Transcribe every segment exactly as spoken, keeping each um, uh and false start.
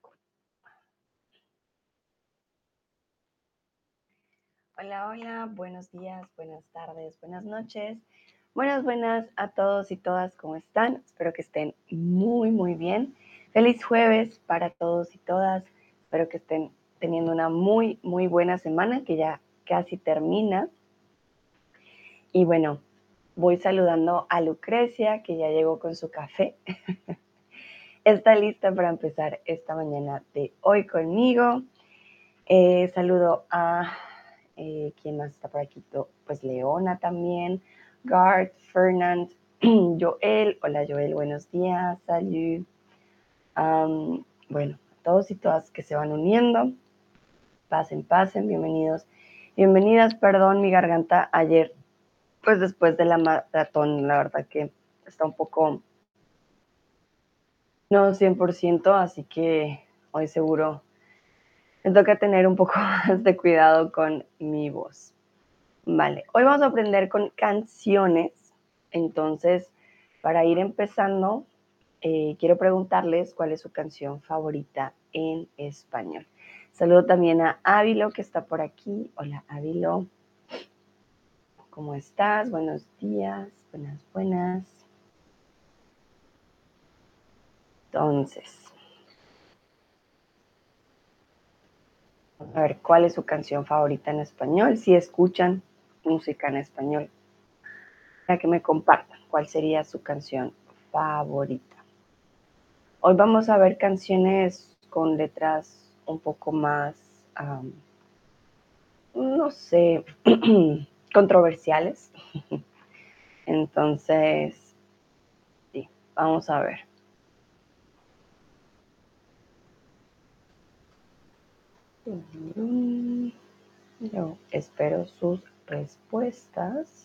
Hola, hola, buenos días, buenas tardes, buenas noches. Buenas, buenas a todos y todas, ¿cómo están? Espero que estén muy, muy bien. Feliz jueves para todos y todas. Espero que estén teniendo una muy, muy buena semana que ya casi termina. Y bueno, voy saludando a Lucrecia, que ya llegó con su café. Está lista para empezar esta mañana de hoy conmigo. Eh, saludo a eh, ¿quién más está por aquí? Pues Leona también, Gart, Fernand, Joel. Hola Joel, buenos días, salud. Um, bueno, a todos y todas que se van uniendo, pasen, pasen, bienvenidos, bienvenidas. Perdón, mi garganta ayer, pues después de la maratón, la verdad que está un poco, no cien por ciento, así que hoy seguro me toca tener un poco más de cuidado con mi voz. Vale, hoy vamos a aprender con canciones. Entonces, para ir empezando, eh, quiero preguntarles cuál es su canción favorita en español. Saludo también a Ávilo, que está por aquí. Hola, Ávilo. ¿Cómo estás? Buenos días. Buenas, buenas. Entonces, a ver, ¿cuál es su canción favorita en español? Si escuchan música en español, para que me compartan cuál sería su canción favorita. Hoy vamos a ver canciones con letras un poco más, um, no sé, controversiales. Entonces, sí, vamos a ver. Yo espero sus respuestas.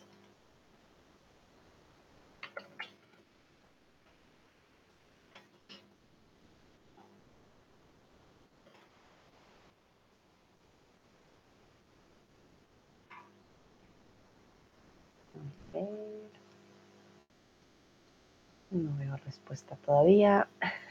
A ver. No veo respuesta todavía.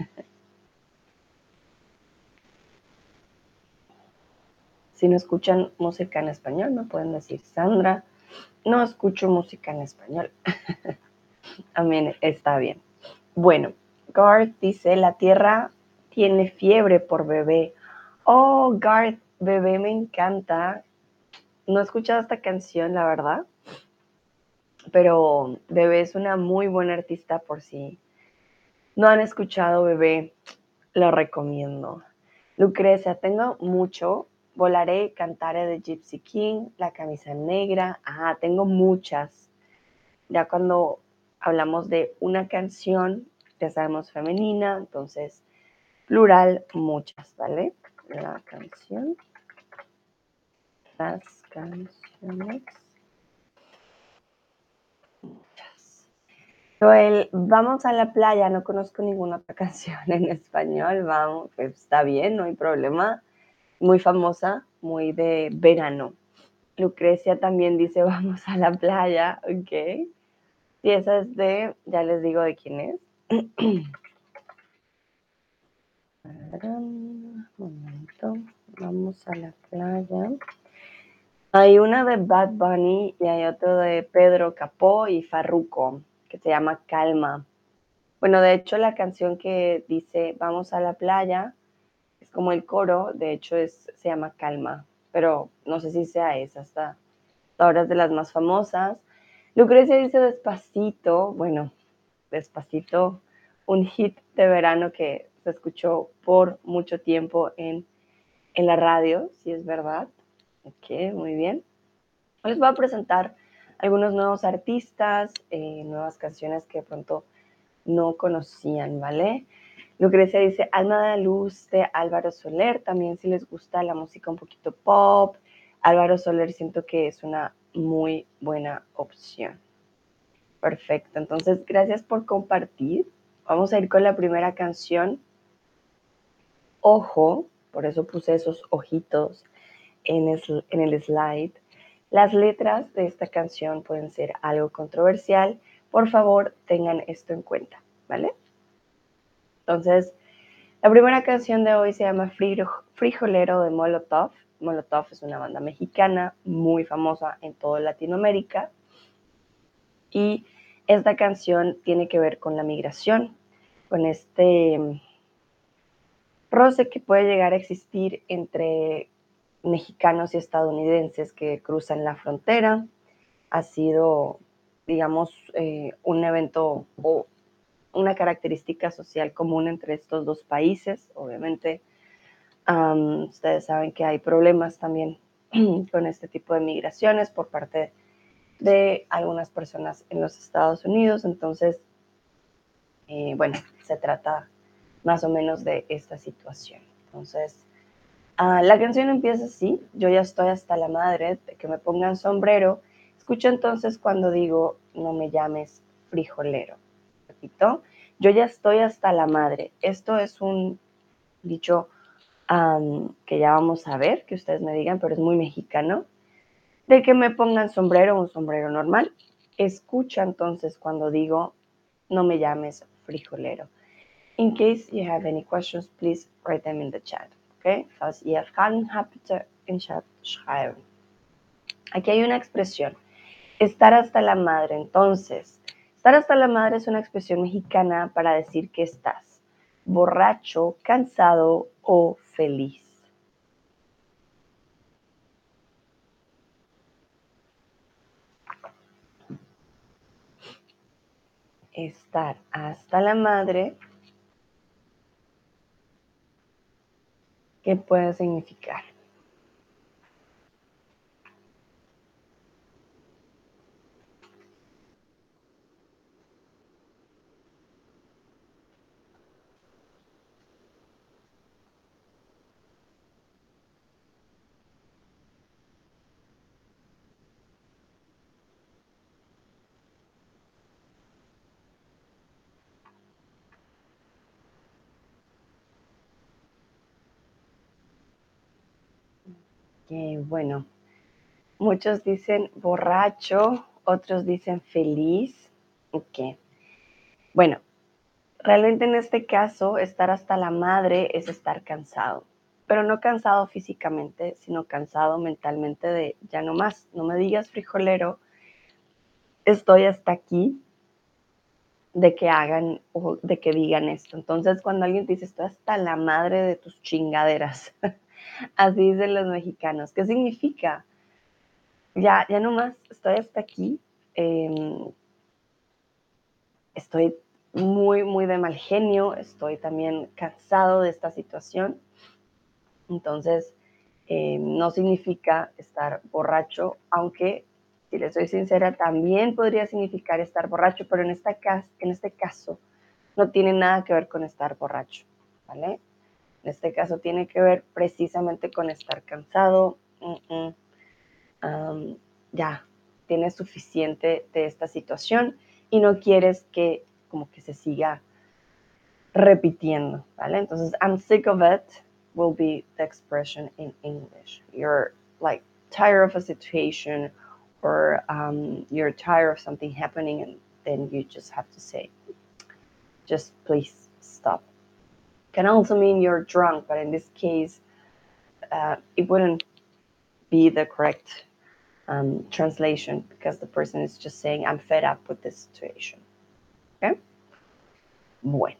Si no escuchan música en español, me pueden decir, Sandra, no escucho música en español. También está bien. Bueno, Garth dice, la tierra tiene fiebre por Bebé. Oh, Garth, Bebé me encanta. No he escuchado esta canción, la verdad, pero Bebé es una muy buena artista. Por si no han escuchado Bebé, lo recomiendo. Lucrecia, tengo mucho. Volaré, Cantaré de Gypsy King, La camisa negra. Ajá, tengo muchas. Ya cuando hablamos de una canción, ya sabemos femenina, entonces plural, muchas, ¿vale? La canción, las canciones, muchas. Joel, vamos a la playa, no conozco ninguna otra canción en español, vamos, pues está bien, no hay problema. Muy famosa, muy de verano. Lucrecia también dice, vamos a la playa, ok. Y esa es de, ya les digo de quién es. Un momento, vamos a la playa. Hay una de Bad Bunny y hay otro de Pedro Capó y Farruko, que se llama Calma. Bueno, de hecho la canción que dice vamos a la playa es como el coro, de hecho es, se llama Calma, pero no sé si sea esa, hasta ahora es de las más famosas. Lucrecia dice Despacito, bueno, Despacito, un hit de verano que se escuchó por mucho tiempo en, en la radio, si es verdad. Ok, muy bien. Hoy les voy a presentar algunos nuevos artistas, eh, nuevas canciones que de pronto no conocían, ¿vale? Lucrecia dice Alma de la Luz de Álvaro Soler, también si les gusta la música un poquito pop, Álvaro Soler siento que es una muy buena opción. Perfecto, entonces gracias por compartir. Vamos a ir con la primera canción, Ojo, por eso puse esos ojitos en el, en el slide. Las letras de esta canción pueden ser algo controversial. Por favor, tengan esto en cuenta, ¿vale? Entonces, La primera canción de hoy se llama Frijolero de Molotov. Molotov es una banda mexicana muy famosa en toda Latinoamérica y esta canción tiene que ver con la migración, con este roce que puede llegar a existir entre mexicanos y estadounidenses que cruzan la frontera. Ha sido, digamos, eh, un evento o una característica social común entre estos dos países. Obviamente, um, ustedes saben que hay problemas también con este tipo de migraciones por parte de algunas personas en los Estados Unidos. Entonces, eh, bueno, se trata más o menos de esta situación. Entonces, uh, la canción empieza así: yo ya estoy hasta la madre de que me pongan sombrero. Escucha entonces cuando digo, no me llames frijolero. Repito, yo ya estoy hasta la madre. Esto es un dicho um, que ya vamos a ver, que ustedes me digan, pero es muy mexicano, de que me pongan sombrero, un sombrero normal. Escucha entonces cuando digo, no me llames frijolero. In case you have any questions, please write them in the chat. Okay? Falls ihr Fragen habt, bitte in chat schreiben. Aquí hay una expresión, estar hasta la madre. Entonces, estar hasta la madre es una expresión mexicana para decir que estás borracho, cansado o feliz. Estar hasta la madre, ¿qué puede significar? Que bueno, muchos dicen borracho, otros dicen feliz. Ok. Bueno, realmente en este caso, estar hasta la madre es estar cansado, pero no cansado físicamente, sino cansado mentalmente de ya no más, no me digas frijolero, estoy hasta aquí de que hagan o de que digan esto. Entonces, cuando alguien te dice, estoy hasta la madre de tus chingaderas, así dicen los mexicanos, ¿qué significa? Ya, ya no más, estoy hasta aquí, eh, estoy muy, muy de mal genio, estoy también cansado de esta situación. Entonces, eh, no significa estar borracho, aunque, si les soy sincera, también podría significar estar borracho, pero en, esta cas en este caso no tiene nada que ver con estar borracho, ¿vale? En este caso tiene que ver precisamente con estar cansado. Mm -mm. Um, ya, tienes suficiente de esta situación y no quieres que como que se siga repitiendo, ¿vale? Entonces, I'm sick of it will be the expression in English. You're like tired of a situation or um, you're tired of something happening and then you just have to say, just please stop. Can also mean you're drunk, but in this case, uh, it wouldn't be the correct um, translation because the person is just saying, I'm fed up with this situation. ¿Okay? Bueno.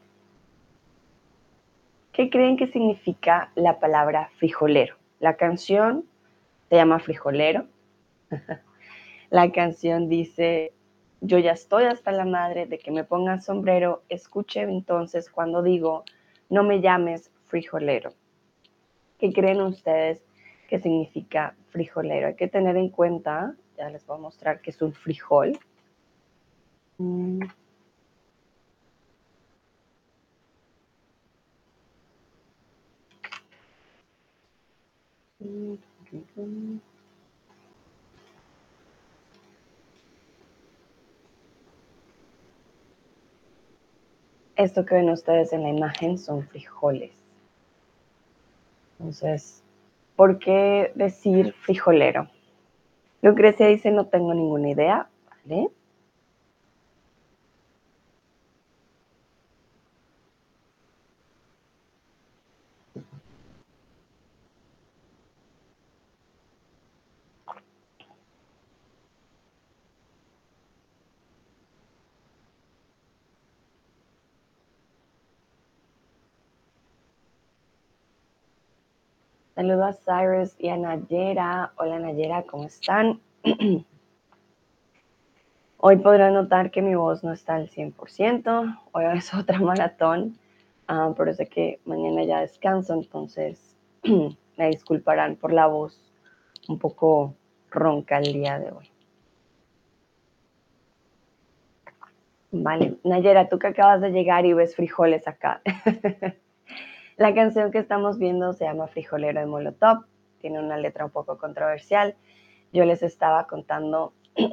¿Qué creen que significa la palabra frijolero? La canción se llama Frijolero. La canción dice, yo ya estoy hasta la madre de que me pongan sombrero, escuche entonces cuando digo, no me llames frijolero. ¿Qué creen ustedes que significa frijolero? Hay que tener en cuenta, ya les voy a mostrar que es un frijol. Mm. Esto que ven ustedes en la imagen son frijoles. Entonces, ¿por qué decir frijolero? Lucrecia dice, no tengo ninguna idea, ¿vale? Saludo a Cyrus y a Nayera. Hola Nayera, ¿cómo están? Hoy podrán notar que mi voz no está al cien por ciento. Hoy es otra maratón, uh, pero sé que mañana ya descanso, entonces me disculparán por la voz un poco ronca el día de hoy. Vale, Nayera, tú que acabas de llegar y ves frijoles acá. La canción que estamos viendo se llama Frijolero de Molotov, tiene una letra un poco controversial. Yo les estaba contando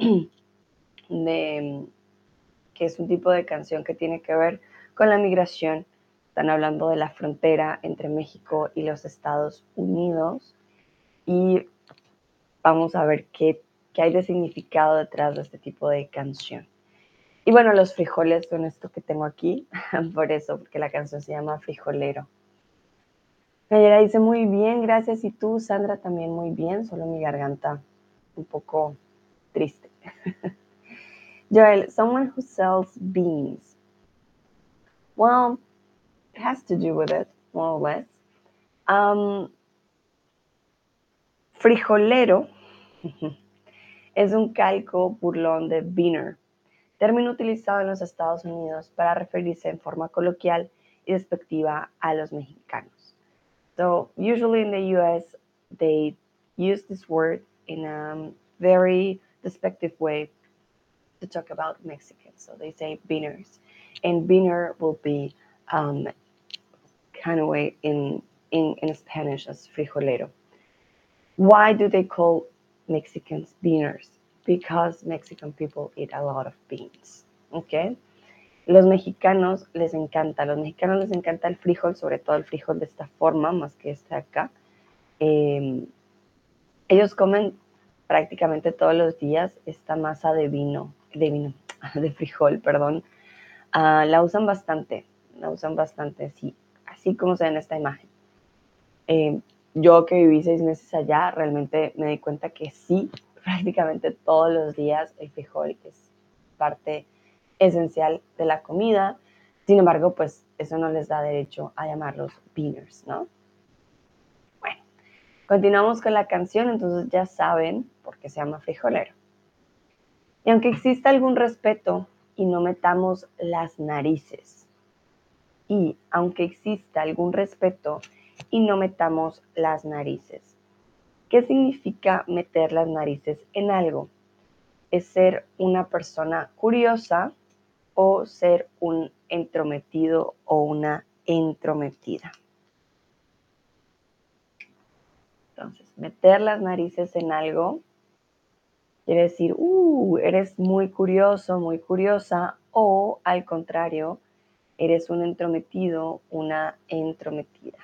de que es un tipo de canción que tiene que ver con la migración. Están hablando de la frontera entre México y los Estados Unidos y vamos a ver qué, qué hay de significado detrás de este tipo de canción. Y bueno, los frijoles son esto que tengo aquí, por eso, porque la canción se llama Frijolero. Nayera dice muy bien, gracias. Y tú, Sandra, también muy bien, solo mi garganta un poco triste. Joel, someone who sells beans. Well, it has to do with it, more or less. Um, frijolero es un calco burlón de beaner, término utilizado en los Estados Unidos para referirse en forma coloquial y despectiva a los mexicanos. So usually in the U S, they use this word in a very despective way to talk about Mexicans. So they say beaners, and beaner will be um, kind of way in, in, in Spanish as frijolero. Why do they call Mexicans beaners? Because Mexican people eat a lot of beans, ¿ok? Los mexicanos les encanta, a los mexicanos les encanta el frijol, sobre todo el frijol de esta forma, más que este acá. Eh, ellos comen prácticamente todos los días esta masa de vino, de vino, de frijol, perdón. Uh, la usan bastante, la usan bastante, sí, así como se ve en esta imagen. Eh, yo que viví seis meses allá, realmente me di cuenta que sí, prácticamente todos los días el frijol es parte esencial de la comida. Sin embargo, pues eso no les da derecho a llamarlos beaners, ¿no? Bueno, continuamos con la canción, entonces ya saben por qué se llama frijolero. Y aunque exista algún respeto y no metamos las narices, y aunque exista algún respeto y no metamos las narices. ¿Qué significa meter las narices en algo? ¿Es ser una persona curiosa o ser un entrometido o una entrometida? Entonces, meter las narices en algo quiere decir, uh, eres muy curioso, muy curiosa, o al contrario, eres un entrometido, una entrometida.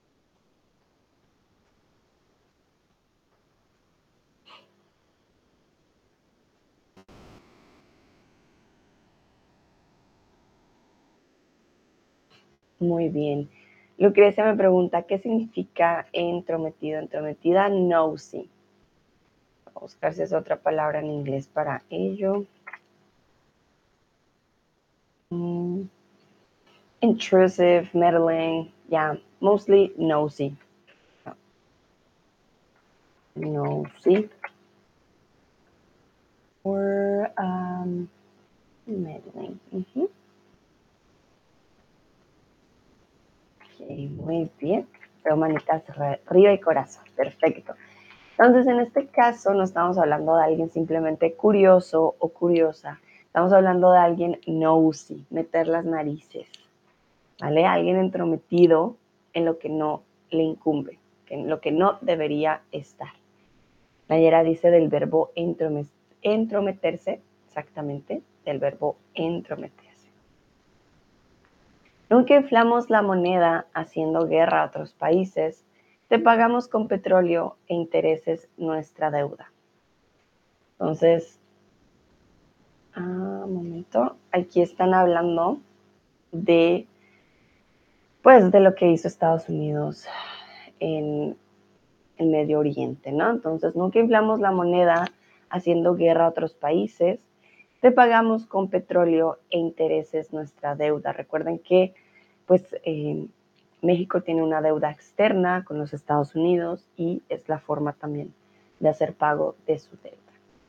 Muy bien. Lucrecia me pregunta, ¿qué significa entrometido? Entrometida, nosy. Vamos a buscar si es otra palabra en inglés para ello. Mm. Intrusive, meddling, yeah, mostly nosy. Nosy. Or um, meddling. Uh-huh. Okay, muy bien. Pero manitas arriba y corazón. Perfecto. Entonces, en este caso, no estamos hablando de alguien simplemente curioso o curiosa. Estamos hablando de alguien nosy, meter las narices, ¿vale? Alguien entrometido en lo que no le incumbe, en lo que no debería estar. Nayera dice del verbo entrometerse, exactamente, del verbo entrometerse. Nunca inflamos la moneda haciendo guerra a otros países, te pagamos con petróleo e intereses nuestra deuda. Entonces, ah, un momento, aquí están hablando de, pues, de lo que hizo Estados Unidos en el Medio Oriente, ¿no? Entonces, nunca inflamos la moneda haciendo guerra a otros países, te pagamos con petróleo e intereses nuestra deuda. Recuerden que, pues, eh, México tiene una deuda externa con los Estados Unidos y es la forma también de hacer pago de su deuda.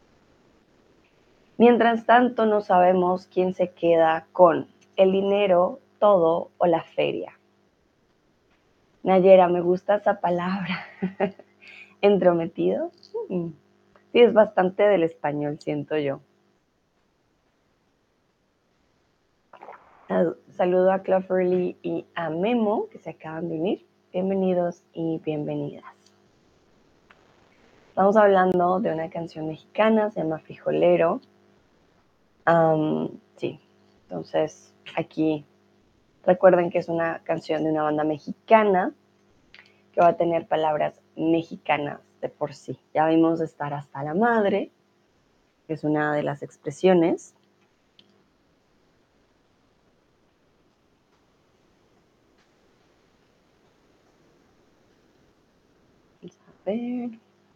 Mientras tanto, no sabemos quién se queda con el dinero, todo o la feria. Nayera, me gusta esa palabra. ¿Entrometido? Mm. Sí, es bastante del español, siento yo. Saludo a Cloverly y a Memo, que se acaban de unir. Bienvenidos y bienvenidas. Estamos hablando de una canción mexicana, se llama Frijolero. Um, sí, entonces aquí recuerden que es una canción de una banda mexicana que va a tener palabras mexicanas de por sí. Ya vimos estar hasta la madre, que es una de las expresiones. Vamos a ver.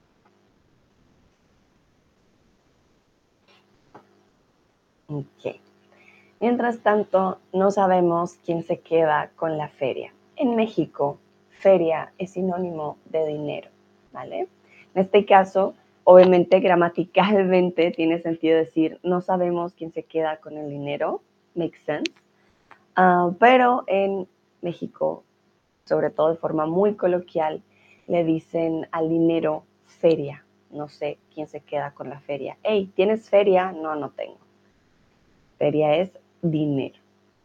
Ok. Mientras tanto, no sabemos quién se queda con la feria. En México, feria es sinónimo de dinero, ¿vale? En este caso, obviamente, gramaticalmente tiene sentido decir no sabemos quién se queda con el dinero, makes sense. Uh, pero en México, sobre todo de forma muy coloquial, le dicen al dinero feria. No sé quién se queda con la feria. Hey, ¿tienes feria? No, no tengo. Feria es dinero.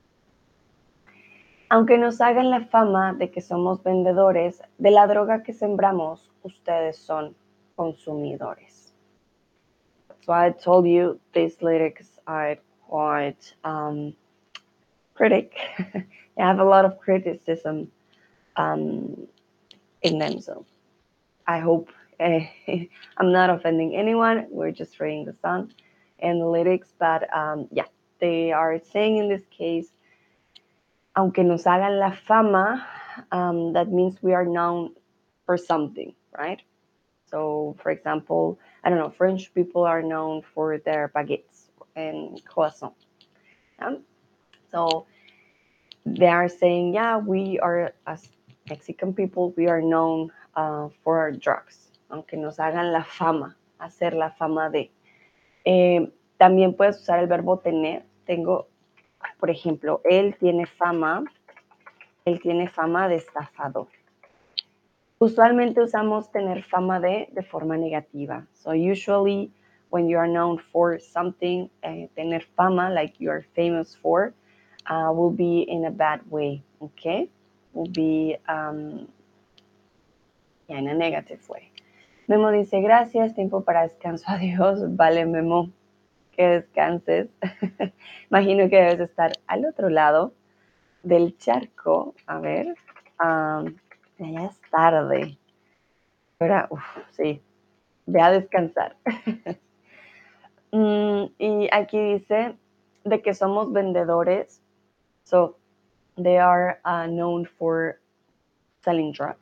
Aunque nos hagan la fama de que somos vendedores, de la droga que sembramos, ustedes son consumidores. So I told you these lyrics are quite um, critic. They have a lot of criticism um, in them. So I hope uh, I'm not offending anyone. We're just reading the song and the lyrics, but um, yeah, they are saying in this case, aunque nos hagan la fama, um, that means we are known for something, right? So, for example, I don't know, French people are known for their baguettes and croissants. Yeah? So they are saying, yeah, we are, as Mexican people, we are known uh, for our drugs, aunque nos hagan la fama, hacer la fama de. Eh, también puedes usar el verbo tener. Tengo, por ejemplo, él tiene fama, él tiene fama de estafador. Usualmente usamos tener fama de de forma negativa. So usually when you are known for something, uh, tener fama, like you are famous for, uh, will be in a bad way, okay? Will be um, yeah, in a negative way. Memo dice, gracias, tiempo para descanso, adiós. Vale, Memo, que descanses. Imagino que debes estar al otro lado del charco. A ver, um, ya es tarde. Ahora, uf, sí, ve a descansar. mm, y aquí dice de que somos vendedores. So, they are uh, known for selling drugs.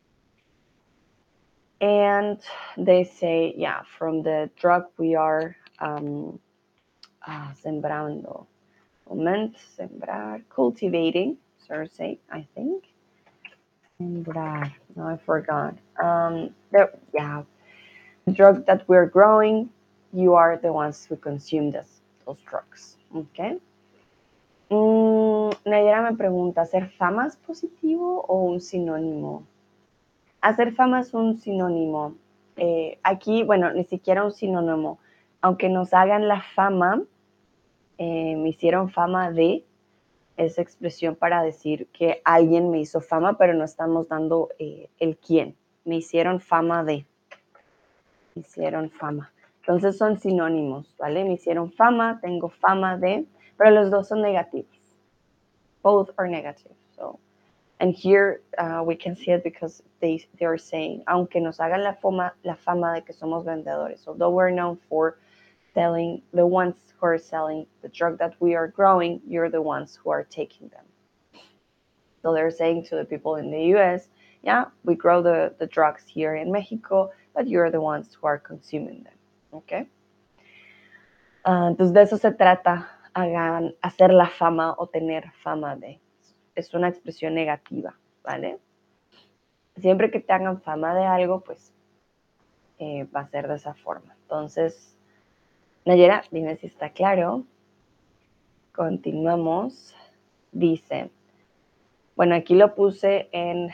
And they say, yeah, from the drug we are um, uh, sembrando. Moment, sembrar, cultivating, so say, I think. Sembrar, no, I forgot. Um, there, yeah, the drug that we're growing, you are the ones who consume this, those drugs, okay? Mm, Nayera me pregunta, ¿hacer fama es positivo o un sinónimo? Hacer fama es un sinónimo. Eh, aquí, bueno, ni siquiera un sinónimo. Aunque nos hagan la fama, eh, me hicieron fama de, esa expresión para decir que alguien me hizo fama, pero no estamos dando eh, el quién. Me hicieron fama de. Me hicieron fama. Entonces son sinónimos, ¿vale? Me hicieron fama, tengo fama de, pero los dos son negativos. Both are negative. So, and here uh, we can see it because they, they are saying, aunque nos hagan la fama, la fama de que somos vendedores, although we're known for selling, the ones who are selling the drug that we are growing, you're the ones who are taking them. So they're saying to the people in the U S, yeah, we grow the, the drugs here in Mexico, but you're the ones who are consuming them, okay? Uh, entonces de eso se trata, hagan, hacer la fama o tener fama de. Es una expresión negativa. ¿vale? Siempre que te hagan fama de algo, pues eh, va a ser de esa forma. Entonces, Nayera, dime si está claro. Continuamos. Dice, bueno, aquí lo puse en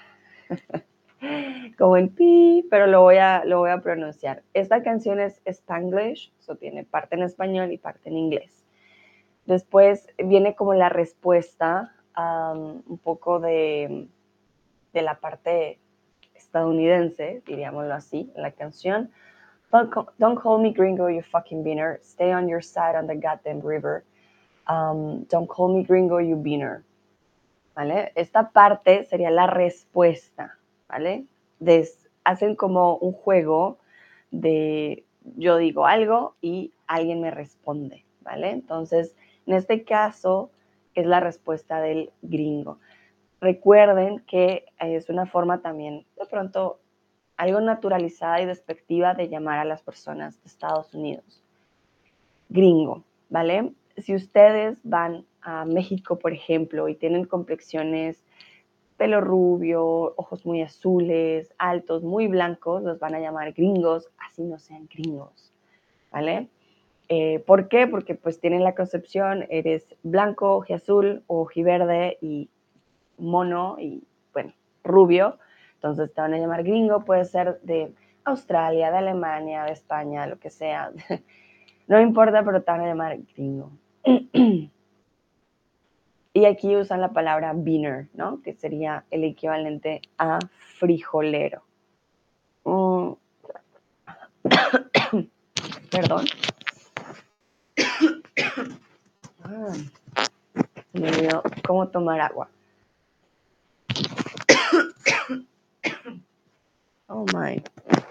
como en pi, pero lo voy a, lo voy a pronunciar. Esta canción es Spanglish, eso tiene parte en español y parte en inglés. Después viene como la respuesta, um, un poco de, de la parte estadounidense, diríamoslo así, en la canción. Don't, don't call me gringo, you fucking beaner. Stay on your side on the goddamn river. Um, don't call me gringo, you beaner. ¿Vale? Esta parte sería la respuesta, ¿vale? Des, hacen como un juego de yo digo algo y alguien me responde, ¿vale? Entonces, en este caso es la respuesta del gringo. Recuerden que es una forma también, de pronto, algo naturalizada y despectiva de llamar a las personas de Estados Unidos. Gringo, ¿vale? Si ustedes van a México, por ejemplo, y tienen complexiones, pelo rubio, ojos muy azules, altos, muy blancos, los van a llamar gringos, así no sean gringos, ¿vale? Eh, ¿Por qué? Porque pues tienen la concepción, eres blanco, ojiazul, ojiverde y mono y, bueno, rubio, entonces te van a llamar gringo, puede ser de Australia, de Alemania, de España, lo que sea, no importa, pero te van a llamar gringo. Y aquí usan la palabra beaner, ¿no? Que sería el equivalente a frijolero. Mm. Perdón. Ah, me olvidó cómo tomar agua. Oh my.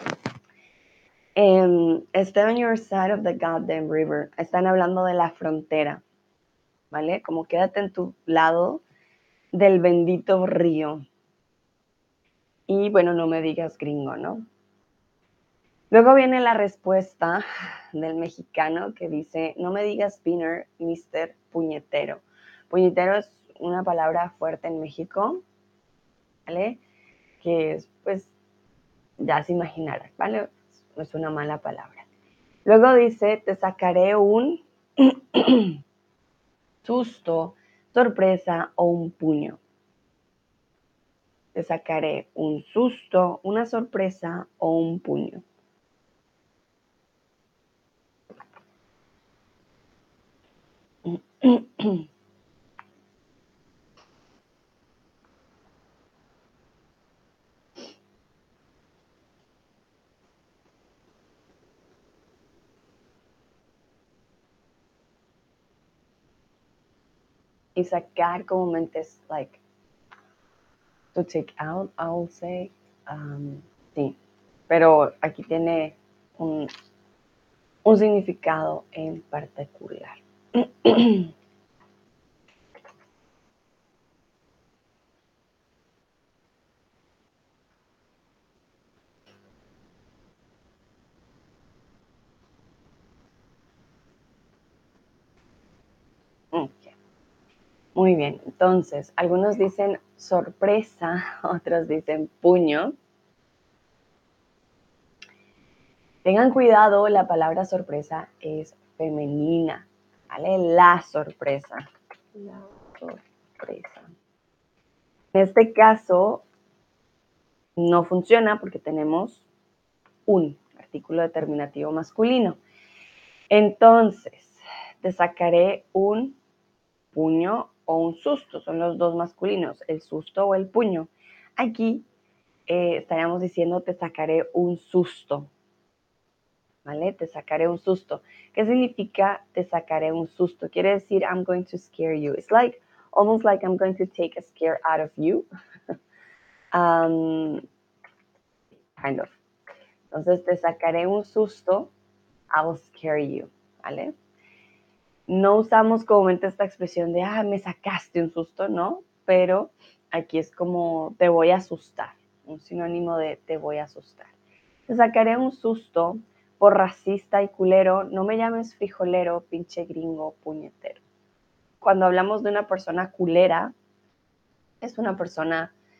Um, stay on your side of the goddamn river. Están hablando de la frontera, ¿vale? Como quédate en tu lado del bendito río. Y bueno, no me digas gringo, ¿no? Luego viene la respuesta del mexicano que dice, no me digas beaner, mister Puñetero. Puñetero es una palabra fuerte en México, ¿vale? Que es, pues, ya se imaginarán, ¿vale? No es una mala palabra. Luego dice, te sacaré un susto, sorpresa o un puño. Te sacaré un susto, una sorpresa o un puño. Y sacar comúnmente es like to take out, I will say. Um, sí, pero aquí tiene un, un significado en particular. Okay. Muy bien, entonces, algunos dicen sorpresa, otros dicen puño. Tengan cuidado, la palabra sorpresa es femenina, ¿vale? La sorpresa. La sorpresa. En este caso, no funciona porque tenemos un artículo determinativo masculino. Entonces, te sacaré un puño o un susto, son los dos masculinos, el susto o el puño. Aquí eh, estaríamos diciendo te sacaré un susto, ¿vale? Te sacaré un susto. ¿Qué significa te sacaré un susto? Quiere decir I'm going to scare you. It's like, almost like I'm going to take a scare out of you. um, kind of. Entonces te sacaré un susto, I will scare you, ¿vale? No usamos comúnmente esta expresión de, ah, me sacaste un susto, ¿no? Pero aquí es como, te voy a asustar, un sinónimo de te voy a asustar. Te sacaré un susto por racista y culero, no me llames frijolero, pinche gringo, puñetero. Cuando hablamos de una persona culera, es una persona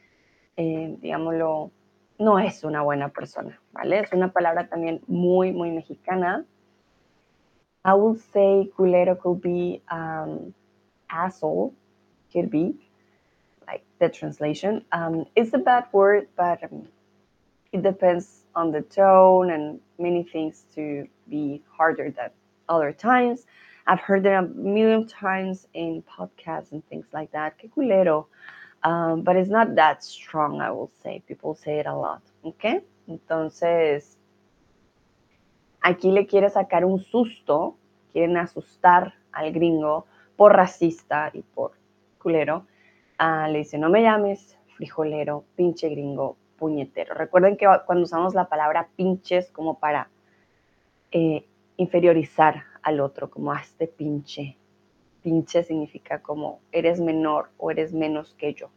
eh, digámoslo, no es una buena persona, ¿vale? Es una palabra también muy, muy mexicana. I would say culero could be um, asshole, could be, like the translation. Um, it's a bad word, but um, it depends on the tone and many things to be harder than other times. I've heard it a million times in podcasts and things like that. Que culero. Um, but it's not that strong, I will say. People say it a lot. ¿Ok? Entonces, aquí le quiere sacar un susto, quieren asustar al gringo por racista y por culero. Uh, le dice, no me llames frijolero, pinche gringo, puñetero. Recuerden que cuando usamos la palabra pinches como para eh, inferiorizar al otro, como a este pinche. Pinche significa como eres menor o eres menos que yo.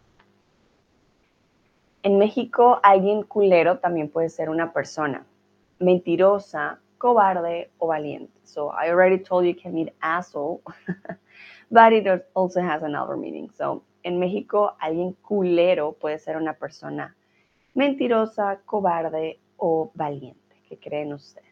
En México, alguien culero también puede ser una persona mentirosa, cobarde o valiente. So I already told you it can mean asshole, but it also has another meaning. So en México, alguien culero puede ser una persona mentirosa, cobarde o valiente. ¿Qué creen ustedes?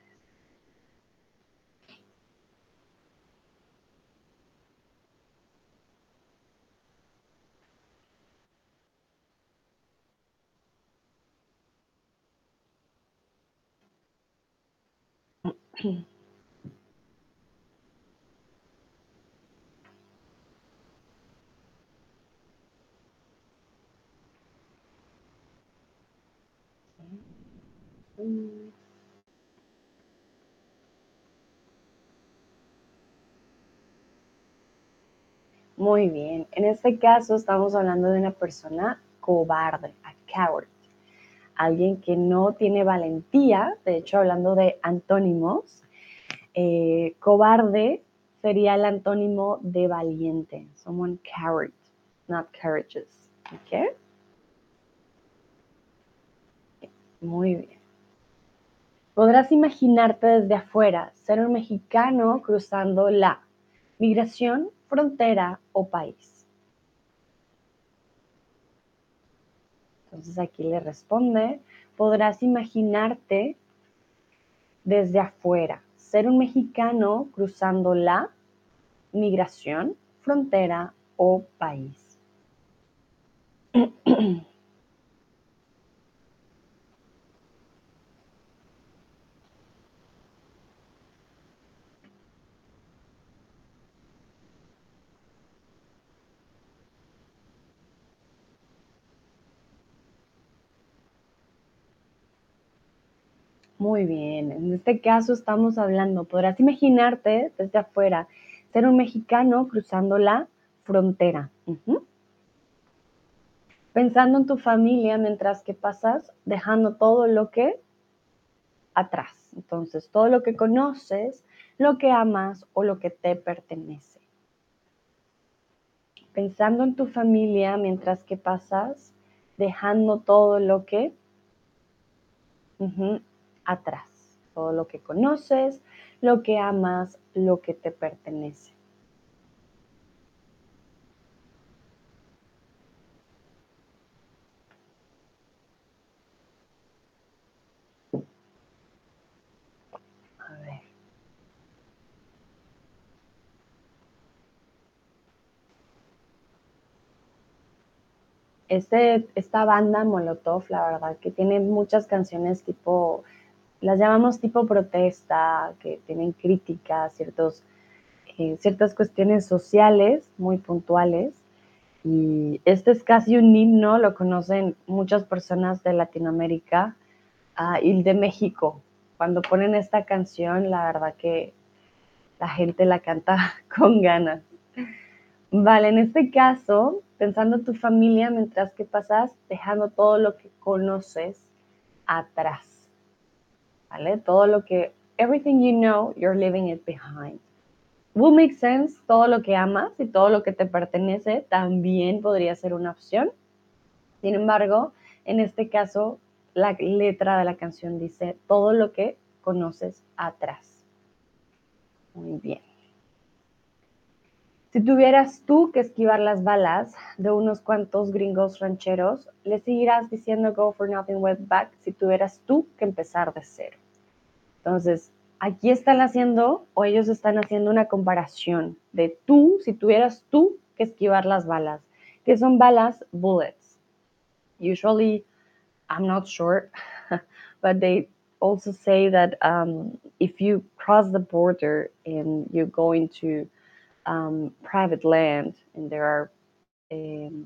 Muy bien. En este caso estamos hablando de una persona cobarde, a coward. Alguien que no tiene valentía. De hecho, hablando de antónimos, eh, cobarde sería el antónimo de valiente. Someone coward, not courageous. ¿Ok? Muy bien. Podrás imaginarte desde afuera ser un mexicano cruzando la migración, frontera o país. Entonces aquí le responde, podrás imaginarte desde afuera ser un mexicano cruzando la migración, frontera o país. Muy bien, en este caso estamos hablando, podrás imaginarte desde afuera ser un mexicano cruzando la frontera. Uh-huh. Pensando en tu familia mientras que pasas, dejando todo lo que atrás. Entonces, todo lo que conoces, lo que amas o lo que te pertenece. Pensando en tu familia mientras que pasas, dejando todo lo que uh-huh, atrás. Todo lo que conoces, lo que amas, lo que te pertenece. A ver. Este, esta banda Molotov, la verdad, que tiene muchas canciones tipo, las llamamos tipo protesta, que tienen críticas, ciertos, eh, ciertas cuestiones sociales muy puntuales. Y este es casi un himno, lo conocen muchas personas de Latinoamérica uh, y de México. Cuando ponen esta canción, la verdad que la gente la canta con ganas. Vale, en este caso, pensando en tu familia mientras que pasas, dejando todo lo que conoces atrás. ¿Vale? Todo lo que, everything you know, you're leaving it behind. Will make sense, todo lo que amas y todo lo que te pertenece también podría ser una opción. Sin embargo, en este caso, la letra de la canción dice todo lo que conoces atrás. Muy bien. Si tuvieras tú que esquivar las balas de unos cuantos gringos rancheros, le seguirás diciendo go for nothing wetback si tuvieras tú que empezar de cero. Entonces, aquí están haciendo, o ellos están haciendo una comparación de tú, si tuvieras tú que esquivar las balas, que son balas, bullets. Usually, I'm not sure, but they also say that um, if you cross the border and you go into um, private land and there are um,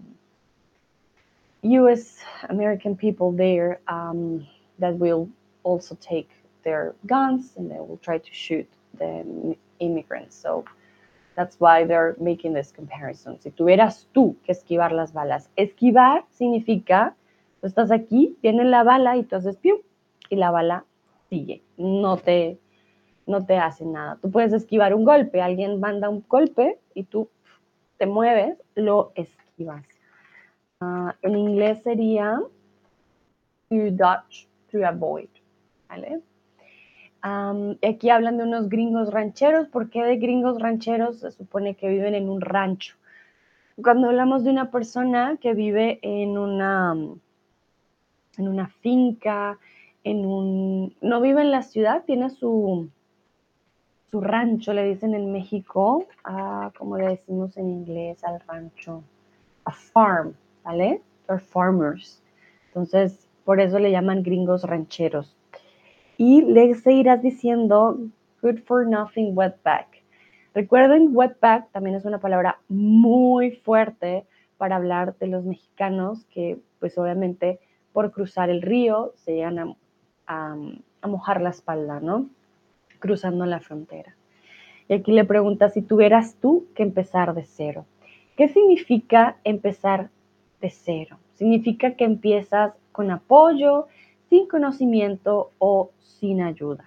U S American people there um, that will also take their guns and they will try to shoot the immigrants. So that's why they're making this comparison. Si tuvieras tú que esquivar las balas, esquivar significa, tú estás aquí, viene la bala y tú haces piu, y la bala sigue, no te, no te hace nada. Tú puedes esquivar un golpe, alguien manda un golpe y tú te mueves, lo esquivas. Uh, en inglés sería to dodge, to avoid, ¿vale? Um, aquí hablan de unos gringos rancheros. ¿Por qué de gringos rancheros? Se supone que viven en un rancho. Cuando hablamos de una persona que vive en una, en una finca, en un, no vive en la ciudad, tiene su, su rancho, le dicen en México, ah, como le decimos en inglés al rancho, a farm, ¿vale? They're farmers. Entonces, por eso le llaman gringos rancheros. Y le seguirás diciendo good for nothing wetback. Recuerden, wetback también es una palabra muy fuerte para hablar de los mexicanos que, pues obviamente, por cruzar el río se llegan a, a, a mojar la espalda, ¿no? Cruzando la frontera. Y aquí le pregunta si tuvieras tú que empezar de cero. ¿Qué significa empezar de cero? Significa que empiezas con apoyo, sin conocimiento o sin ayuda.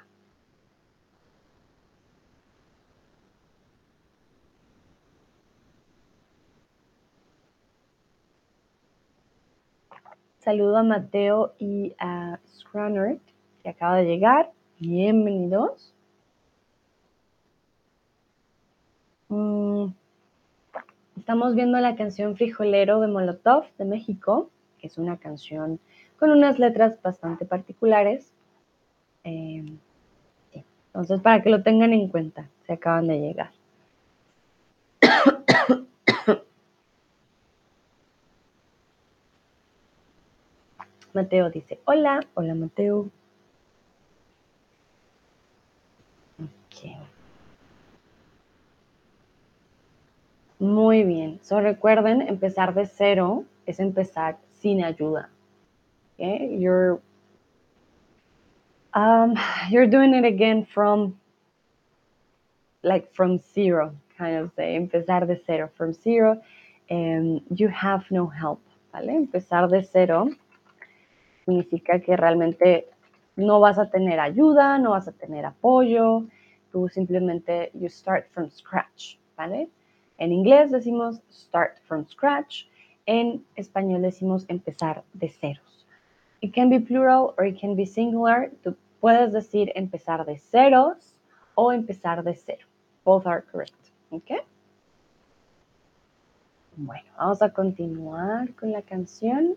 Saludo a Mateo y a Scranert, que acaba de llegar. Bienvenidos. Mm, estamos viendo la canción Frijolero de Molotov de México, que es una canción con unas letras bastante particulares. Eh, sí. Entonces, para que lo tengan en cuenta, se acaban de llegar. Mateo dice, hola, hola Mateo. Okay. Muy bien. So, recuerden, empezar de cero es empezar sin ayuda. Okay? You're, um, you're doing it again from, like from zero, kind of say, empezar de cero, from zero, and you have no help, ¿vale? Empezar de cero significa que realmente no vas a tener ayuda, no vas a tener apoyo, tú simplemente, you start from scratch, ¿vale? En inglés decimos start from scratch, en español decimos empezar de ceros. It can be plural or it can be singular. Tú puedes decir empezar de ceros o empezar de cero. Both are correct, ¿ok? Bueno, vamos a continuar con la canción.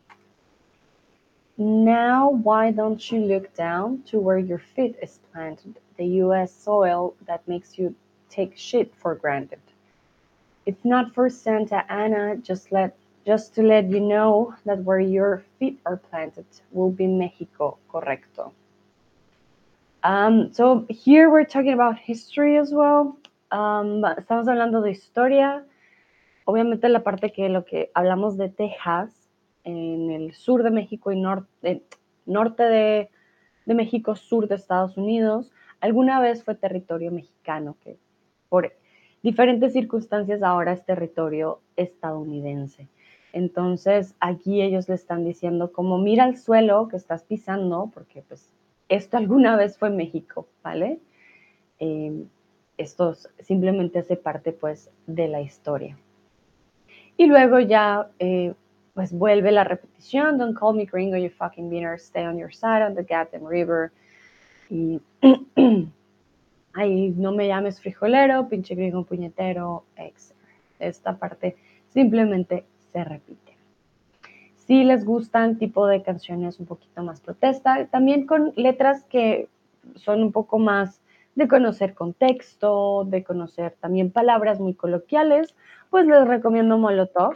Now, why don't you look down to where your feet is planted, the U S soil that makes you take shit for granted? It's not for Santa Ana, just let just to let you know that where your feet are planted will be Mexico, correcto. Um, so here we're talking about history as well. Um, estamos hablando de historia. Obviamente la parte que lo que hablamos de Texas, en el sur de México y norte, norte de, de México, sur de Estados Unidos, alguna vez fue territorio mexicano, que por diferentes circunstancias ahora es territorio estadounidense. Entonces aquí ellos le están diciendo como mira el suelo que estás pisando, porque pues esto alguna vez fue México, ¿vale? Eh, esto simplemente hace parte pues de la historia. Y luego ya, eh, pues vuelve la repetición, don't call me gringo, you fucking beaner, stay on your side on the goddamn river. Y ahí no me llames frijolero, pinche gringo puñetero, etcétera. esta parte simplemente se repite. Si les gustan tipo de canciones un poquito más protesta, también con letras que son un poco más de conocer contexto, de conocer también palabras muy coloquiales, pues les recomiendo Molotov.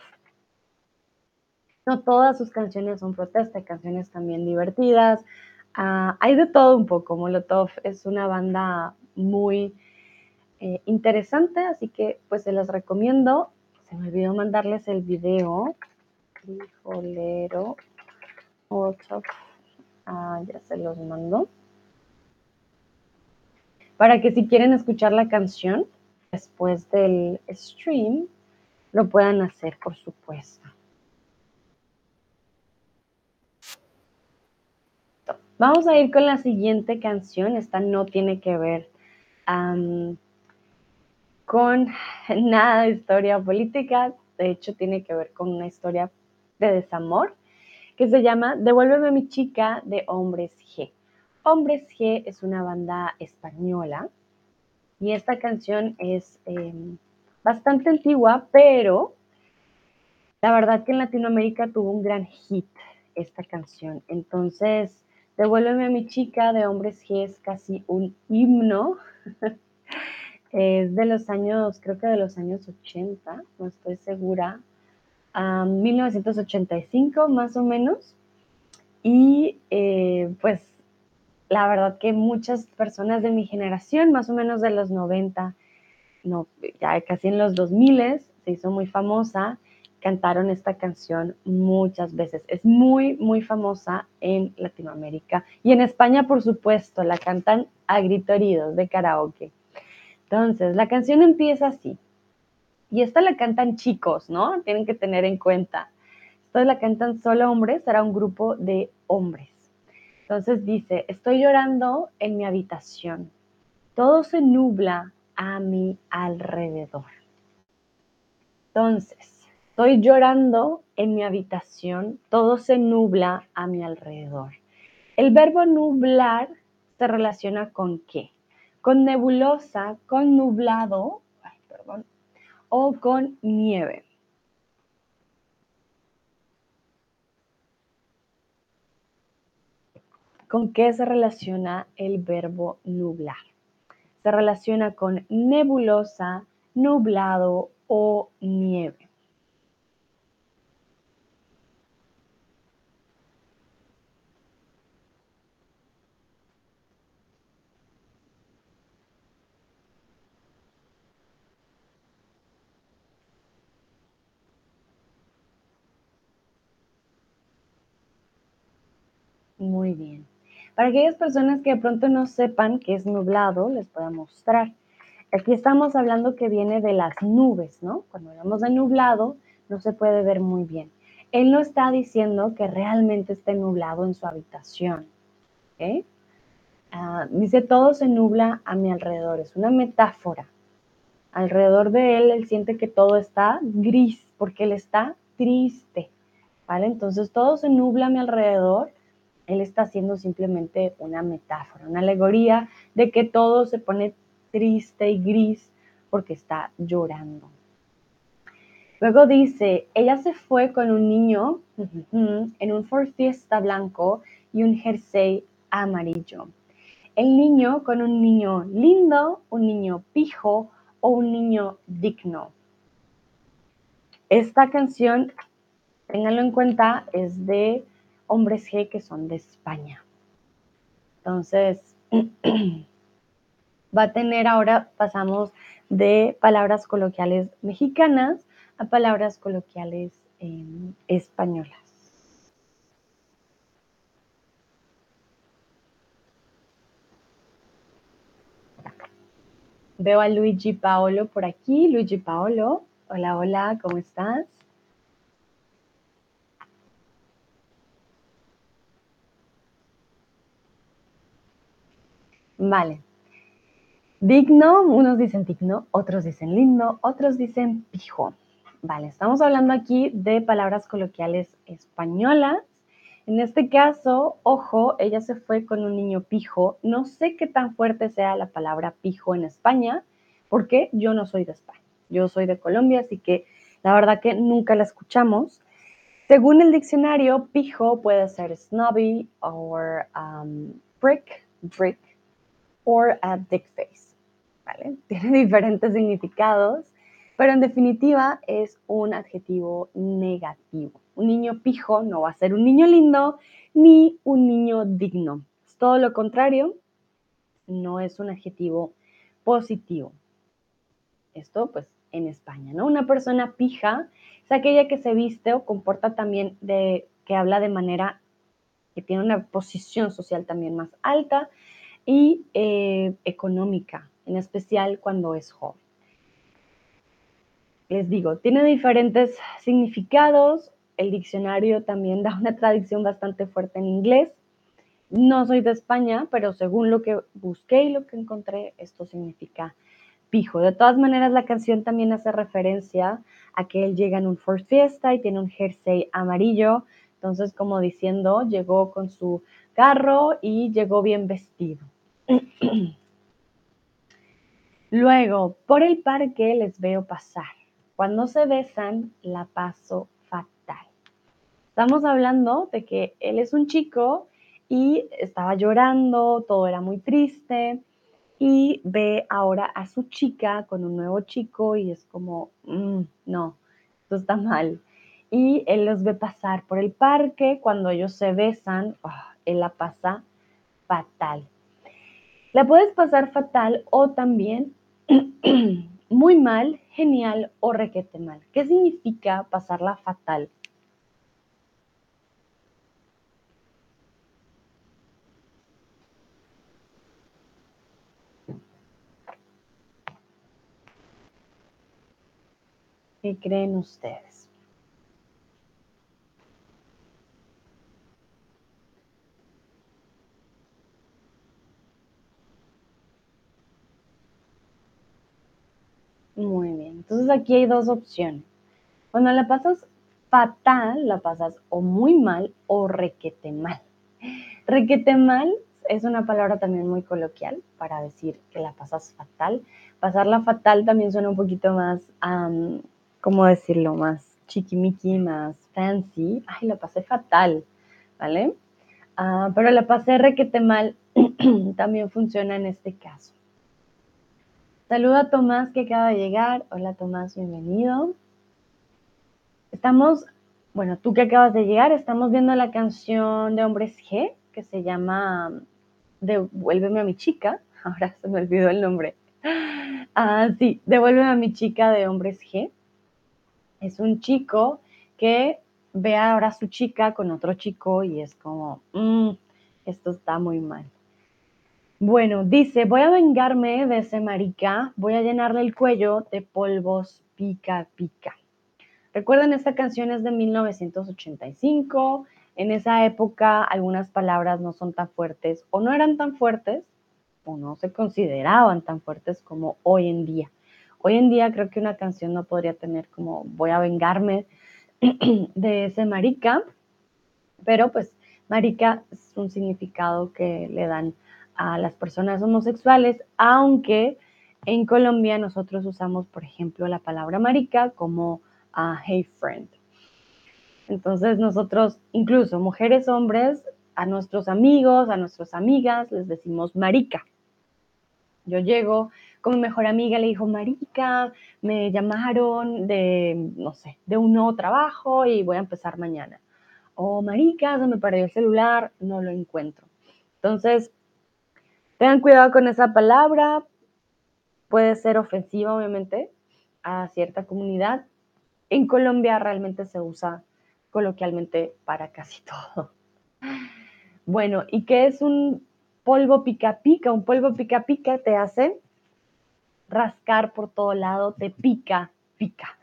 No todas sus canciones son protesta, hay canciones también divertidas. Uh, hay de todo un poco. Molotov es una banda muy eh, interesante, así que pues se las recomiendo. Se me olvidó mandarles el video. Frijolero Molotov. Ah, ya se los mando. Para que si quieren escuchar la canción después del stream, lo puedan hacer, por supuesto. Vamos a ir con la siguiente canción. Esta no tiene que ver um, con nada de historia política. De hecho, tiene que ver con una historia de desamor que se llama Devuélveme a mi chica de Hombres G. Hombres G es una banda española y esta canción es eh, bastante antigua, pero la verdad que en Latinoamérica tuvo un gran hit esta canción. Entonces, Devuélveme a mi chica de Hombres G es casi un himno. Es de los años, creo que de los años ochenta, no estoy segura, um, mil novecientos ochenta y cinco más o menos. Y eh, pues la verdad que muchas personas de mi generación, más o menos de los noventa, no, ya casi en los dos mil, se hizo muy famosa, cantaron esta canción muchas veces. Es muy, muy famosa en Latinoamérica y en España, por supuesto, la cantan a grito herido de karaoke. Entonces, la canción empieza así. Y esta la cantan chicos, ¿no? Tienen que tener en cuenta. Esta la cantan solo hombres, será un grupo de hombres. Entonces dice, estoy llorando en mi habitación. Todo se nubla a mi alrededor. Entonces, estoy llorando en mi habitación. Todo se nubla a mi alrededor. El verbo nublar se relaciona con qué? Con nebulosa, con nublado, ay, perdón, o con nieve. ¿Con qué se relaciona el verbo nublar? Se relaciona con nebulosa, nublado o nieve. Muy bien. Para aquellas personas que de pronto no sepan qué es nublado, les voy a mostrar. Aquí estamos hablando que viene de las nubes, ¿no? Cuando hablamos de nublado, no se puede ver muy bien. Él no está diciendo que realmente esté nublado en su habitación, ¿ok? Uh, dice, todo se nubla a mi alrededor. Es una metáfora. Alrededor de él, él siente que todo está gris, porque él está triste, ¿vale? Entonces, todo se nubla a mi alrededor. Él está haciendo simplemente una metáfora, una alegoría de que todo se pone triste y gris porque está llorando. Luego dice, ella se fue con un niño uh, uh, en un Ford Fiesta blanco y un jersey amarillo. El niño con un niño lindo, un niño pijo o un niño digno. Esta canción, ténganlo en cuenta, es de Hombres G que son de España. Entonces, va a tener ahora, pasamos de palabras coloquiales mexicanas a palabras coloquiales eh, españolas. Veo a Luigi Paolo por aquí. Luigi Paolo, hola, hola, ¿cómo estás? Vale. Digno, unos dicen digno, otros dicen lindo, otros dicen pijo. Vale, estamos hablando aquí de palabras coloquiales españolas. En este caso, ojo, ella se fue con un niño pijo. No sé qué tan fuerte sea la palabra pijo en España, porque yo no soy de España. Yo soy de Colombia, así que la verdad que nunca la escuchamos. Según el diccionario, pijo puede ser snobby or um, prick, brick, or a dick face. ¿Vale? Tiene diferentes significados, pero en definitiva es un adjetivo negativo. Un niño pijo no va a ser un niño lindo ni un niño digno. Es todo lo contrario, no es un adjetivo positivo. Esto pues en España, ¿no? Una persona pija es aquella que se viste o comporta también de, que habla de manera que tiene una posición social también más alta y eh, económica, en especial cuando es joven. Les digo, tiene diferentes significados. El diccionario también da una traducción bastante fuerte en inglés. No soy de España, pero según lo que busqué y lo que encontré, esto significa pijo. De todas maneras, la canción también hace referencia a que él llega en un Ford Fiesta y tiene un jersey amarillo. Entonces, como diciendo, llegó con su carro y llegó bien vestido. Luego, por el parque les veo pasar. Cuando se besan, la paso fatal. Estamos hablando de que él es un chico y estaba llorando, todo era muy triste y ve ahora a su chica con un nuevo chico y es como, mmm, no, esto está mal. Y él los ve pasar por el parque, cuando ellos se besan, oh, él la pasa fatal. La puedes pasar fatal o también muy mal, genial o requete mal. ¿Qué significa pasarla fatal? ¿Qué creen ustedes? Muy bien. Entonces aquí hay dos opciones. Cuando la pasas fatal, la pasas o muy mal o requete mal. Requete mal es una palabra también muy coloquial para decir que la pasas fatal. Pasarla fatal también suena un poquito más, um, ¿cómo decirlo? Más chiquimiqui, más fancy. Ay, la pasé fatal, ¿vale? Uh, pero la pasé requete mal también funciona en este caso. Saluda a Tomás que acaba de llegar. Hola Tomás, bienvenido. Estamos, bueno, tú que acabas de llegar, estamos viendo la canción de Hombres G que se llama Devuélveme a mi chica. Ahora se me olvidó el nombre. Ah, sí, Devuélveme a mi chica de Hombres G. Es un chico que ve ahora a su chica con otro chico y es como, mmm, esto está muy mal. Bueno, dice, voy a vengarme de ese marica, voy a llenarle el cuello de polvos pica pica. Recuerden, esta canción es de mil novecientos ochenta y cinco. En esa época algunas palabras no son tan fuertes o no eran tan fuertes o no se consideraban tan fuertes como hoy en día. Hoy en día creo que una canción no podría tener como voy a vengarme de ese marica, pero pues marica es un significado que le dan a las personas homosexuales, aunque en Colombia nosotros usamos, por ejemplo, la palabra marica como uh, hey friend. Entonces nosotros, incluso mujeres, hombres, a nuestros amigos, a nuestras amigas, les decimos marica. Yo llego con mi mejor amiga, le digo, marica, me llamaron de, no sé, de un nuevo trabajo y voy a empezar mañana. O marica, se me perdió el celular, no lo encuentro. Entonces, tengan cuidado con esa palabra, puede ser ofensiva, obviamente, a cierta comunidad. En Colombia realmente se usa coloquialmente para casi todo. Bueno, ¿y qué es un polvo pica pica? Un polvo pica pica te hace rascar por todo lado, te pica, pica.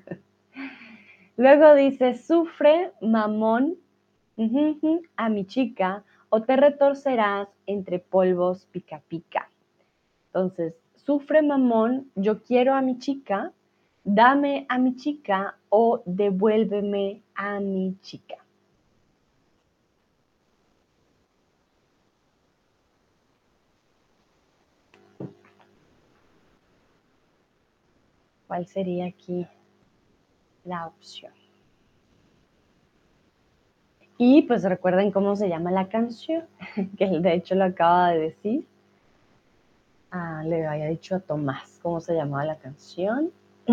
Luego dice, sufre, mamón, uh -huh, a mi chica, o te retorcerás entre polvos pica pica. Entonces, sufre, mamón, yo quiero a mi chica, dame a mi chica o devuélveme a mi chica. ¿Cuál sería aquí la opción? Y pues recuerden cómo se llama la canción, que de hecho lo acaba de decir. Ah, le había dicho a Tomás cómo se llamaba la canción.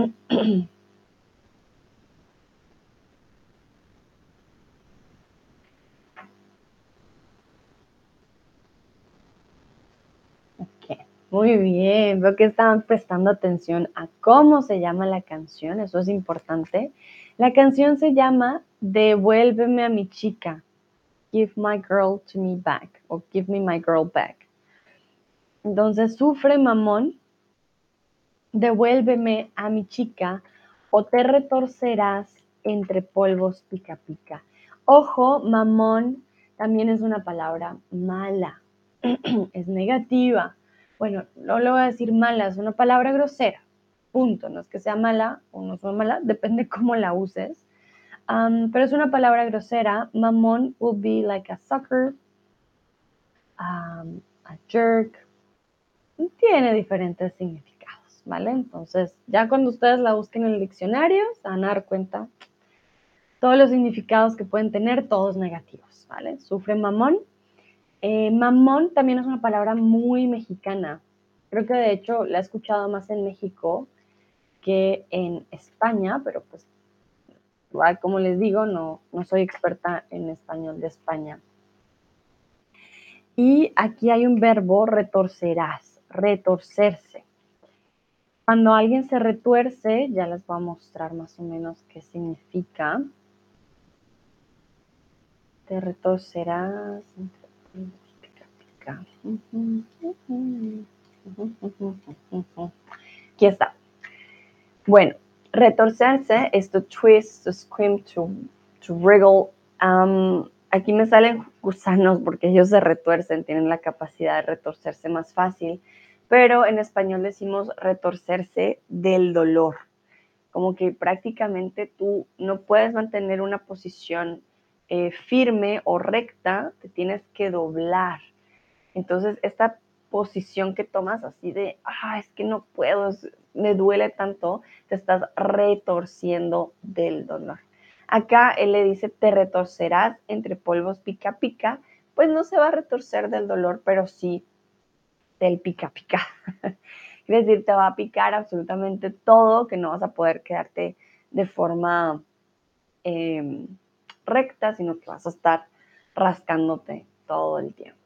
Ok, muy bien. Veo que estaban prestando atención a cómo se llama la canción. Eso es importante. La canción se llama Devuélveme a mi chica. Give my girl to me back. O Give me my girl back. Entonces, sufre mamón, devuélveme a mi chica o te retorcerás entre polvos pica pica. Ojo, mamón también es una palabra mala, es negativa. Bueno, no lo voy a decir mala, es una palabra grosera. Punto. No es que sea mala o no sea mala, depende cómo la uses. Um, pero es una palabra grosera. Mamón will be like a sucker, um, a jerk. Tiene diferentes significados, ¿vale? Entonces, ya cuando ustedes la busquen en el diccionario, se van a dar cuenta todos los significados que pueden tener, todos negativos, ¿vale? Sufre mamón. Eh, mamón también es una palabra muy mexicana. Creo que de hecho la he escuchado más en México que en España, pero pues, igual como les digo, no, no soy experta en español de España. Y aquí hay un verbo, retorcerás, retorcerse. Cuando alguien se retuerce, ya les voy a mostrar más o menos qué significa. Te retorcerás. Aquí está. Bueno, retorcerse es to twist, to scream, to, to wriggle. Um, aquí me salen gusanos porque ellos se retuercen, tienen la capacidad de retorcerse más fácil, pero en español decimos retorcerse del dolor. Como que prácticamente tú no puedes mantener una posición eh, firme o recta, te tienes que doblar. Entonces, esta posición que tomas así de, ah, es que no puedo, es, me duele tanto, te estás retorciendo del dolor. Acá él le dice, te retorcerás entre polvos pica pica, pues no se va a retorcer del dolor, pero sí del pica pica. Quiere decir, te va a picar absolutamente todo, que no vas a poder quedarte de forma eh, recta, sino que vas a estar rascándote todo el tiempo.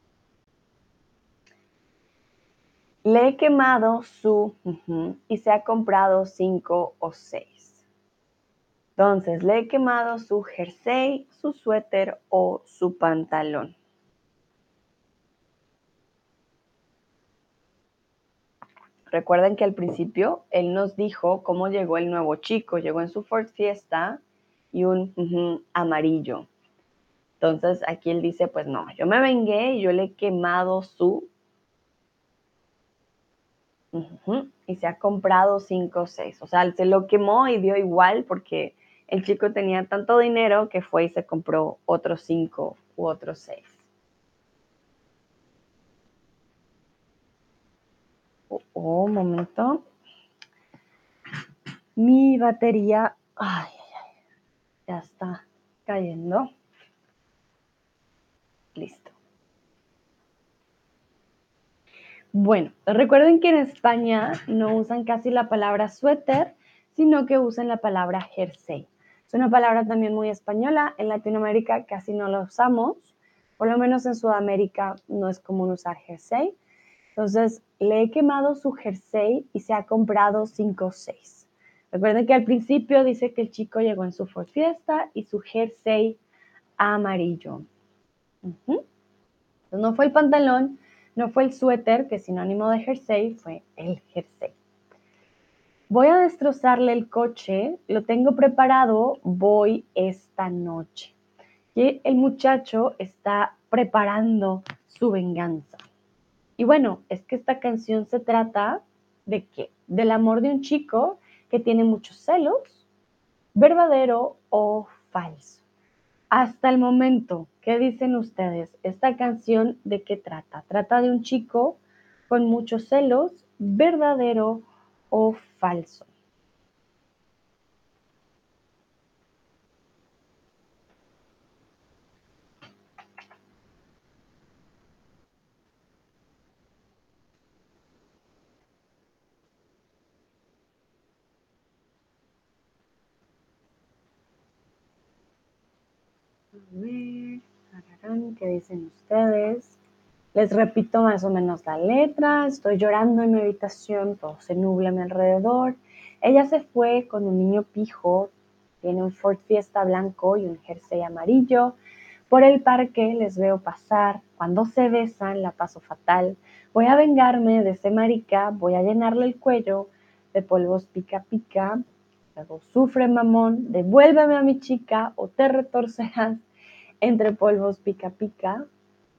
Le he quemado su uh-huh, y se ha comprado cinco o seis. Entonces, le he quemado su jersey, su suéter o su pantalón. Recuerden que al principio él nos dijo cómo llegó el nuevo chico. Llegó en su Ford Fiesta y un uh-huh, amarillo. Entonces aquí él dice, pues no, yo me vengué, yo le he quemado su uh-huh, y se ha comprado cinco o seis. O sea, se lo quemó y dio igual porque el chico tenía tanto dinero que fue y se compró otros cinco u otros seis. Oh, oh, un momento. Mi batería, ay, ay, ay, ya está cayendo. Listo. Bueno, recuerden que en España no usan casi la palabra suéter, sino que usan la palabra jersey. Es una palabra también muy española. En Latinoamérica casi no la usamos. Por lo menos en Sudamérica no es común usar jersey. Entonces, le he quemado su jersey y se ha comprado cinco o seis. Recuerden que al principio dice que el chico llegó en su Ford Fiesta y su jersey amarillo. Uh-huh. Entonces, no fue el pantalón, no fue el suéter, que es sinónimo de jersey, fue el jersey. Voy a destrozarle el coche, lo tengo preparado, voy esta noche. Y el muchacho está preparando su venganza. Y bueno, es que esta canción se trata de qué? Del amor de un chico que tiene muchos celos, verdadero o falso. Hasta el momento, ¿qué dicen ustedes? ¿Esta canción de qué trata? ¿Trata de un chico con muchos celos, verdadero o falso? A ver, tararán, ¿qué dicen ustedes? Les repito más o menos la letra. Estoy llorando en mi habitación, todo se nubla a mi alrededor. Ella se fue con un niño pijo, tiene un Ford Fiesta blanco y un jersey amarillo. Por el parque les veo pasar, cuando se besan la paso fatal. Voy a vengarme de ese marica, voy a llenarle el cuello de polvos pica pica. Luego sufre mamón, devuélveme a mi chica o te retorcerás entre polvos pica pica.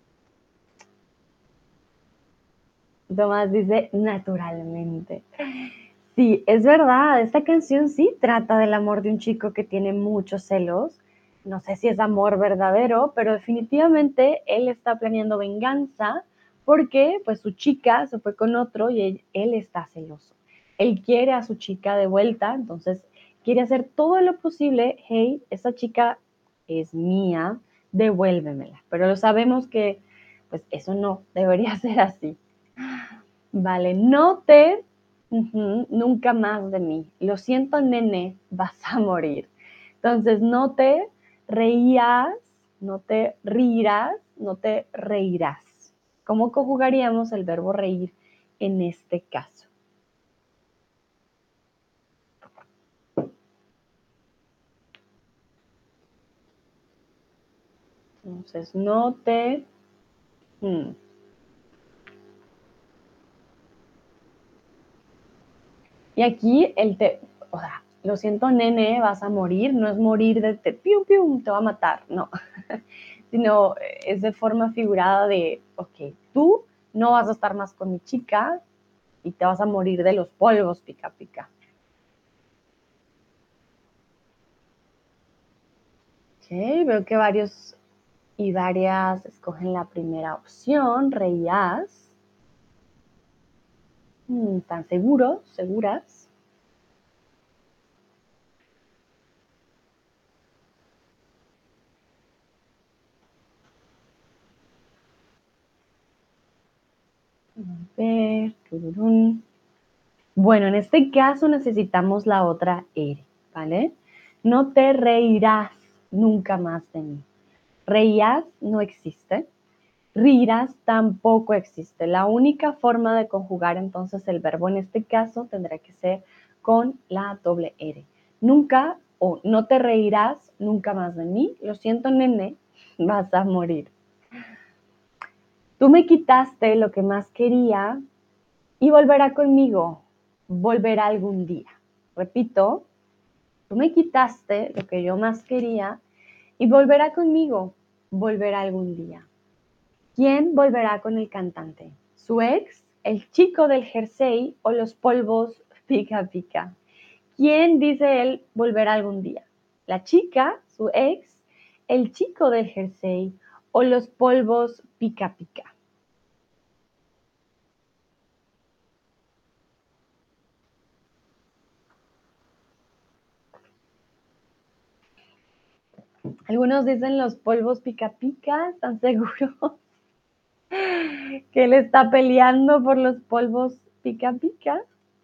Tomás dice naturalmente. Sí, es verdad, esta canción sí trata del amor de un chico que tiene muchos celos. No sé si es amor verdadero, pero definitivamente él está planeando venganza porque pues su chica se fue con otro y él, él está celoso. Él quiere a su chica de vuelta, entonces quiere hacer todo lo posible. Hey, esa chica es mía, devuélvemela. Pero lo sabemos que pues eso no debería ser así. Vale, no te, ujú, nunca más de mí. Lo siento, nene, vas a morir. Entonces, no te reías, no te rirás, no te reirás. ¿Cómo conjugaríamos el verbo reír en este caso? Entonces, no te... hmm. Y aquí el te... O sea, lo siento, nene, vas a morir. No es morir de te, piu, piu, te va a matar. No. Sino es de forma figurada de, ok, tú no vas a estar más con mi chica y te vas a morir de los polvos pica pica. Ok, veo que varios y varias escogen la primera opción, reías. Hmm, ¿Tan seguros, seguras? A ver, tururún. Bueno, en este caso necesitamos la otra R, ¿vale? No te reirás nunca más de mí. Reías no existe. Rirás tampoco existe. La única forma de conjugar entonces el verbo en este caso tendrá que ser con la doble R. Nunca o no te reirás nunca más de mí. Lo siento, nene, vas a morir. Tú me quitaste lo que más quería y volverá conmigo. Volverá algún día. Repito, tú me quitaste lo que yo más quería y volverá conmigo. Volverá algún día. ¿Quién volverá con el cantante? ¿Su ex, el chico del jersey o los polvos pica pica? ¿Quién dice él volverá algún día? ¿La chica, su ex, el chico del jersey o los polvos pica pica? Algunos dicen los polvos pica pica, ¿están seguros que él está peleando por los polvos pica pica?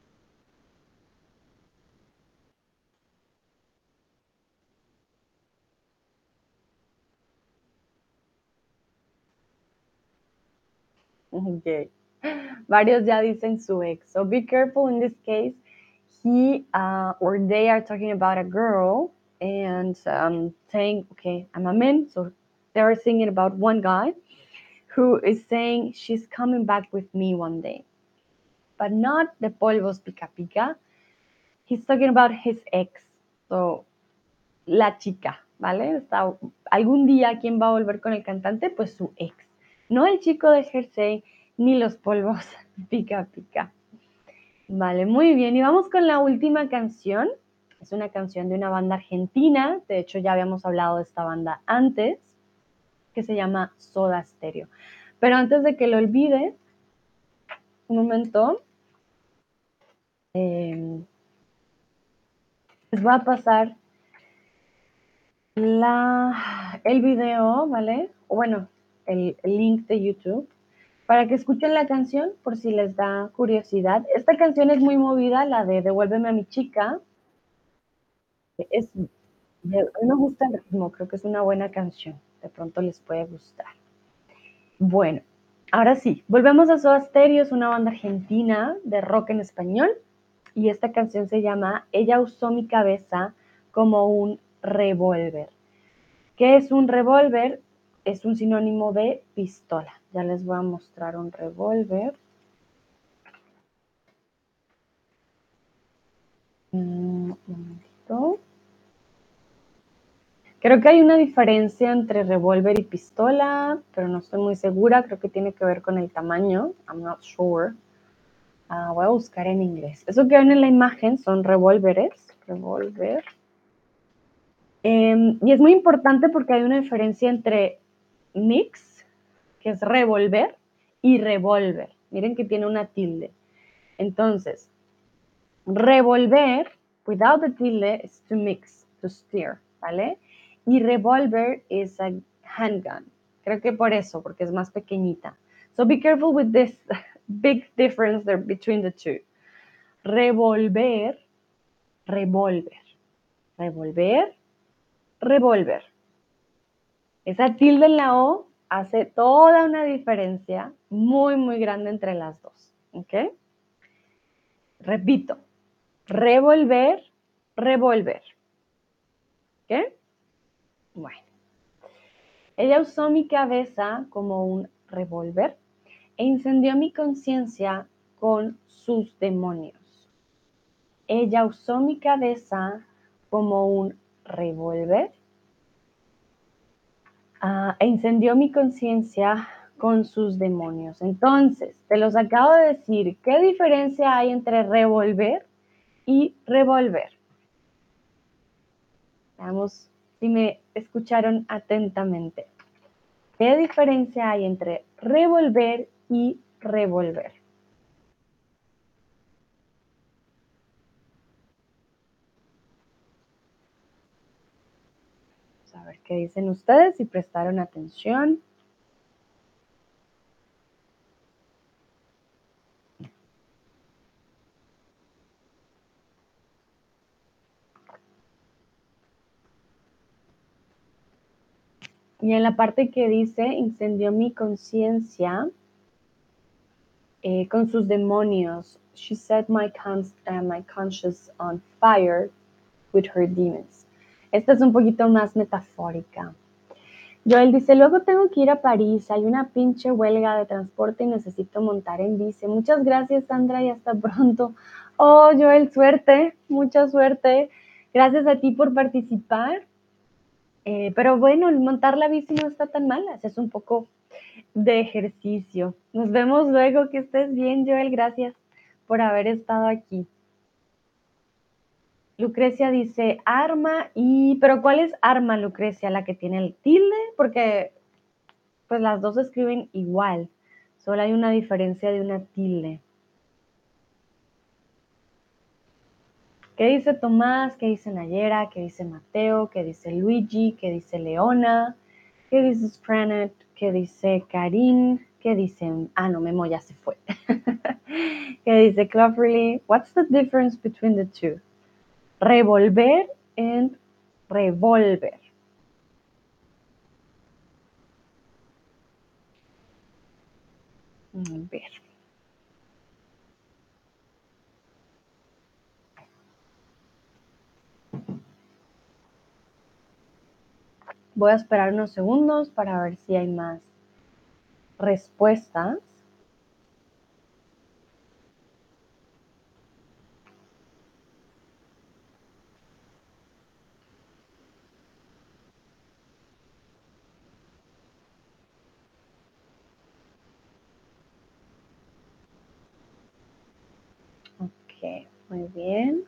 Ok. Varios ya dicen su ex. So be careful in this case. He uh, or they are talking about a girl and um, saying, okay, I'm a man. So they're singing about one guy who is saying she's coming back with me one day, but not the polvos pica pica. He's talking about his ex. So la chica, ¿vale? Está, algún día, ¿quién va a volver con el cantante? Pues su ex. No el chico de jersey ni los polvos pica pica. Vale, muy bien. Y vamos con la última canción. Es una canción de una banda argentina. De hecho, ya habíamos hablado de esta banda antes, que se llama Soda Stereo. Pero antes de que lo olvide, un momento, eh, les voy a pasar la, el video, ¿vale? O bueno, el, el link de YouTube para que escuchen la canción por si les da curiosidad. Esta canción es muy movida, la de Devuélveme a mi chica. Es Y a mí me gusta el ritmo, creo que es una buena canción, de pronto les puede gustar. Bueno, ahora sí, volvemos a Soda Stereo, es una banda argentina de rock en español y esta canción se llama Ella usó mi cabeza como un revólver. ¿Qué es un revólver? Es un sinónimo de pistola. Ya les voy a mostrar un revólver. Un momentito. Creo que hay una diferencia entre revólver y pistola, pero no estoy muy segura. Creo que tiene que ver con el tamaño. I'm not sure. Uh, voy a buscar en inglés. Eso que ven en la imagen son revólveres. Revólver. Eh, y es muy importante porque hay una diferencia entre mix, que es revolver, y revólver. Miren que tiene una tilde. Entonces, revolver, without the tilde, is to mix, to stir, ¿vale? Y revolver is a handgun. Creo que por eso, porque es más pequeñita. So be careful with this big difference there between the two. Revolver, revolver, revolver, revolver. Esa tilde en la O hace toda una diferencia muy, muy grande entre las dos. ¿Ok? Repito, revolver, revolver. ¿Ok? Bueno. Ella usó mi cabeza como un revólver e incendió mi conciencia con sus demonios. Ella usó mi cabeza como un revólver uh, e incendió mi conciencia con sus demonios. Entonces, te los acabo de decir, ¿qué diferencia hay entre revolver y revolver? Veamos si me escucharon atentamente. ¿Qué diferencia hay entre revolver y revolver? Vamos a ver qué dicen ustedes, si prestaron atención. Y en la parte que dice, incendió mi conciencia eh, con sus demonios. She set my, cons uh, my conscience on fire with her demons. Esta es un poquito más metafórica. Joel dice, luego tengo que ir a París, hay una pinche huelga de transporte y necesito montar en bici. Muchas gracias, Sandra, y hasta pronto. Oh, Joel, suerte, mucha suerte. Gracias a ti por participar. Eh, pero bueno, montar la bici no está tan mal, haces un poco de ejercicio. Nos vemos luego, que estés bien, Joel, gracias por haber estado aquí. Lucrecia dice arma y... ¿Pero cuál es arma, Lucrecia? ¿La que tiene el tilde? Porque pues las dos se escriben igual. Solo hay una diferencia de una tilde. ¿Qué dice Tomás? ¿Qué dice Nayera? ¿Qué dice Mateo? ¿Qué dice Luigi? ¿Qué dice Leona? ¿Qué dice Spranet? ¿Qué dice Karin? ¿Qué dice... Ah, no, Memo ya se fue. ¿Qué dice Cloverly? What's the difference between the two? Revolver and revolver. A ver. Voy a esperar unos segundos para ver si hay más respuestas. Ok, muy bien.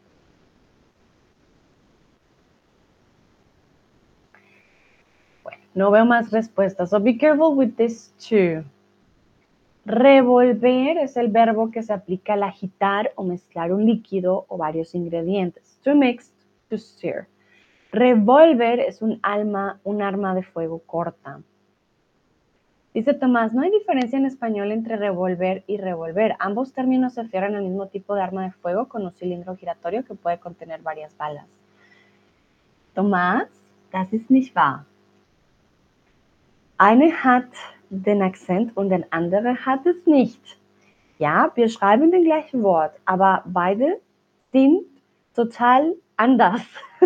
Bueno, no veo más respuestas. So be careful with this too. Revolver es el verbo que se aplica al agitar o mezclar un líquido o varios ingredientes. To mix, to stir. Revolver es un, alma, un arma de fuego corta. Dice Tomás, no hay diferencia en español entre revolver y revolver. Ambos términos se refieren al mismo tipo de arma de fuego con un cilindro giratorio que puede contener varias balas. Tomás, das ist nicht wahr. Eine hat den Akzent und der andere hat es nicht. Ja, wir schreiben den gleichen Wort, aber beide sind total anders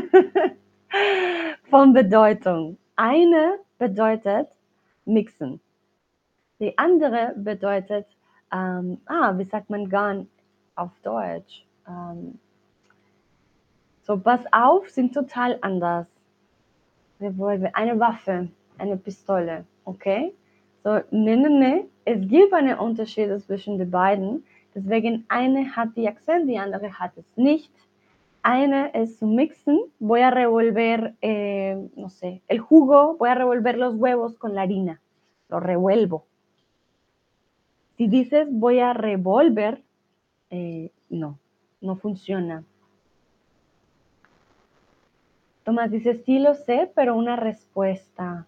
von Bedeutung. Eine bedeutet mixen. Die andere bedeutet, ähm, ah, wie sagt man Gun auf Deutsch? Ähm, so, pass auf, sind total anders. Revolver, eine Waffe, eine Pistole, okay? So, ne, ne, ne, es gibt einen Unterschied zwischen den beiden. Deswegen eine hat die Akzent, die andere hat es nicht. Eine es zu mixen, voy a revolver, eh, no sé, el jugo, voy a revolver los huevos con la harina, lo revuelvo. Si dices voy a revolver, eh, no, no funciona. Tomás dice, sí lo sé, pero una respuesta.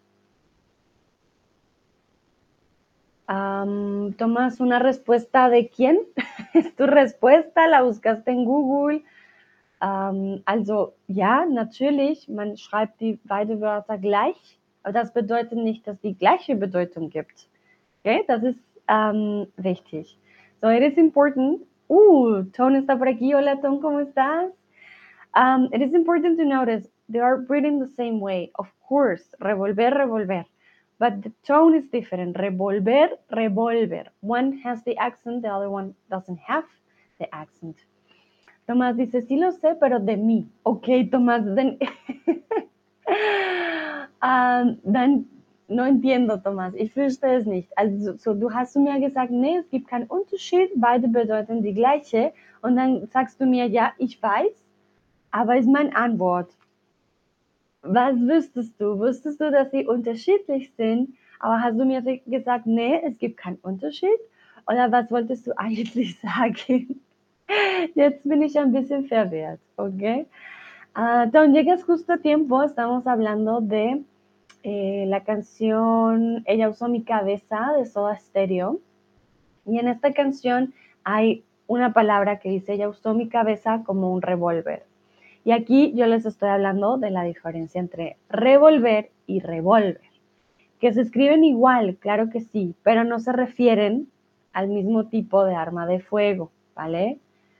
Um, Tomás, ¿una respuesta de quién? ¿Es tu respuesta? ¿La buscaste en Google? Um, also, ja, natürlich, man schreibt die beide Wörter gleich, aber das bedeutet nicht, dass die gleiche Bedeutung gibt. Okay, das ist um, wichtig. So, it is important. Uh, Tom está por aquí. Hola, Tom, ¿cómo estás? Um, it is important to notice they are written the same way. Of course, revolver, revolver. But the tone is different. Revolver, revolver. One has the accent, the other one doesn't have the accent. Tomás dice, sí lo sé, pero de mí. Okay, Tomás, then... um, dann no entiendo, Tomás. Ich verstehe es nicht. Also, so, du hast zu mir gesagt, nee, es gibt keinen Unterschied. Beide bedeuten die gleiche. Und dann sagst du mir, ja, ich weiß, aber ist meine Antwort. Was wüsstest du? Wüsstest du, dass sie unterschiedlich sind? Aber hast du mir gesagt, nee, es gibt keinen Unterschied? Oder was wolltest du eigentlich sagen? Jetzt bin ich ein bisschen verwirrt, ¿ok? Uh, Tom, llegas justo a tiempo, estamos hablando de eh, la canción Ella usó mi cabeza de Soda Stereo. Y en esta canción hay una palabra que dice ella usó mi cabeza como un revólver. Y aquí yo les estoy hablando de la diferencia entre revolver y revólver, que se escriben igual, claro que sí, pero no se refieren al mismo tipo de arma de fuego, ¿vale?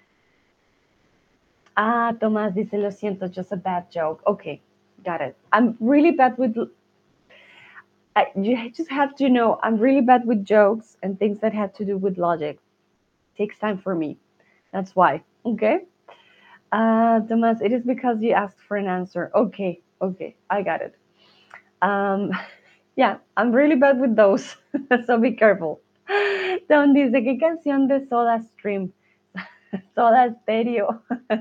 Ah, Tomás dice, lo siento, just a bad joke. Okay, got it. I'm really bad with... I, you just have to know, I'm really bad with jokes and things that have to do with logic. It takes time for me. That's why, okay? Uh, Thomas, it is because you asked for an answer. Okay, okay, I got it. Um, yeah, I'm really bad with those, so be careful. Tom dice, ¿qué canción de Soda Stream? Soda Stereo.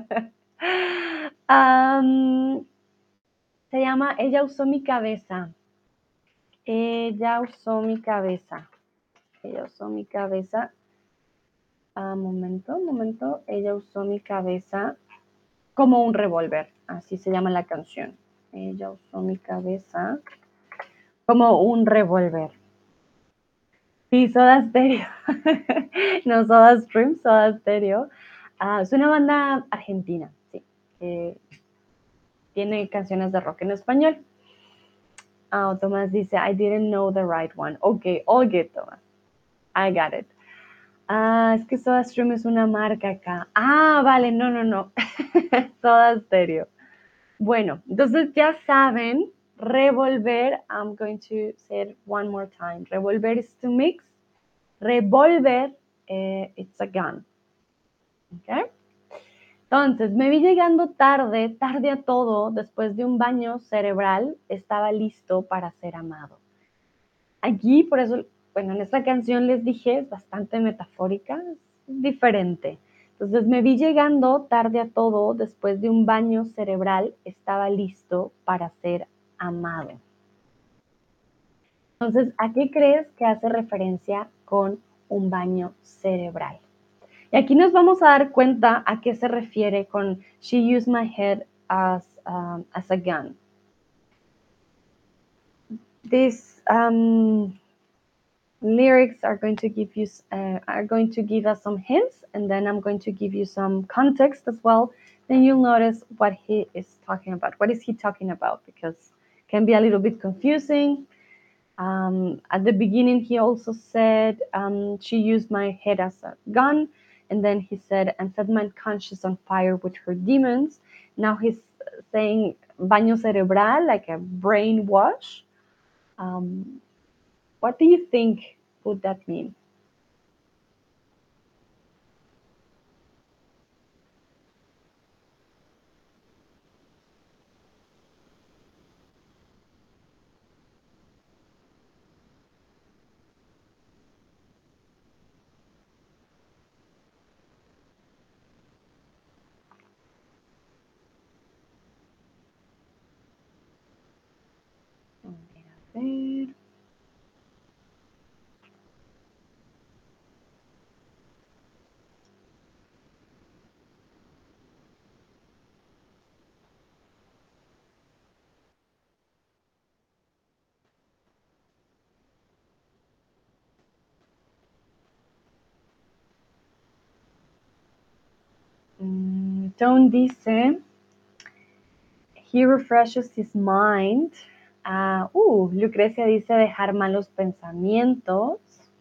um, se llama Ella usó mi cabeza. Ella usó mi cabeza. Ella usó mi cabeza. Uh, momento, momento. Ella usó mi cabeza como un revólver. Así se llama la canción. Ella usó mi cabeza como un revólver. Sí, Soda Stereo. No, Soda Stream, Soda Stereo. Uh, es una banda argentina, sí. Eh, tiene canciones de rock en español. Uh, Tomás dice, I didn't know the right one. Ok, all good, Tomás. I got it. Ah, es que Soda Stream es una marca acá. Ah, vale, no, no, no. Soda Stereo. Bueno, entonces ya saben, revolver, I'm going to say it one more time. Revolver is to mix. Revolver, eh, it's a gun. ¿Ok? Entonces, me vi llegando tarde, tarde a todo, después de un baño cerebral, estaba listo para ser amado. Aquí, por eso, bueno, en esta canción les dije, es bastante metafórica, es diferente. Entonces, me vi llegando tarde a todo, después de un baño cerebral, estaba listo para ser amado. Entonces, ¿a qué crees que hace referencia con un baño cerebral? Y aquí nos vamos a dar cuenta a qué se refiere con she used my head as, um, as a gun. This, um, lyrics are going to give you uh, are going to give us some hints, and then I'm going to give you some context as well. Then you'll notice what he is talking about. What is he talking about? Because it can be a little bit confusing. Um, at the beginning, he also said, um, she used my head as a gun. And then he said, and set my conscience on fire with her demons. Now he's saying baño cerebral, like a brainwash. Um, what do you think would that mean? A ver. Mm, Tone dice, he refreshes his mind. Ah, uh, Lucrecia dice dejar malos pensamientos.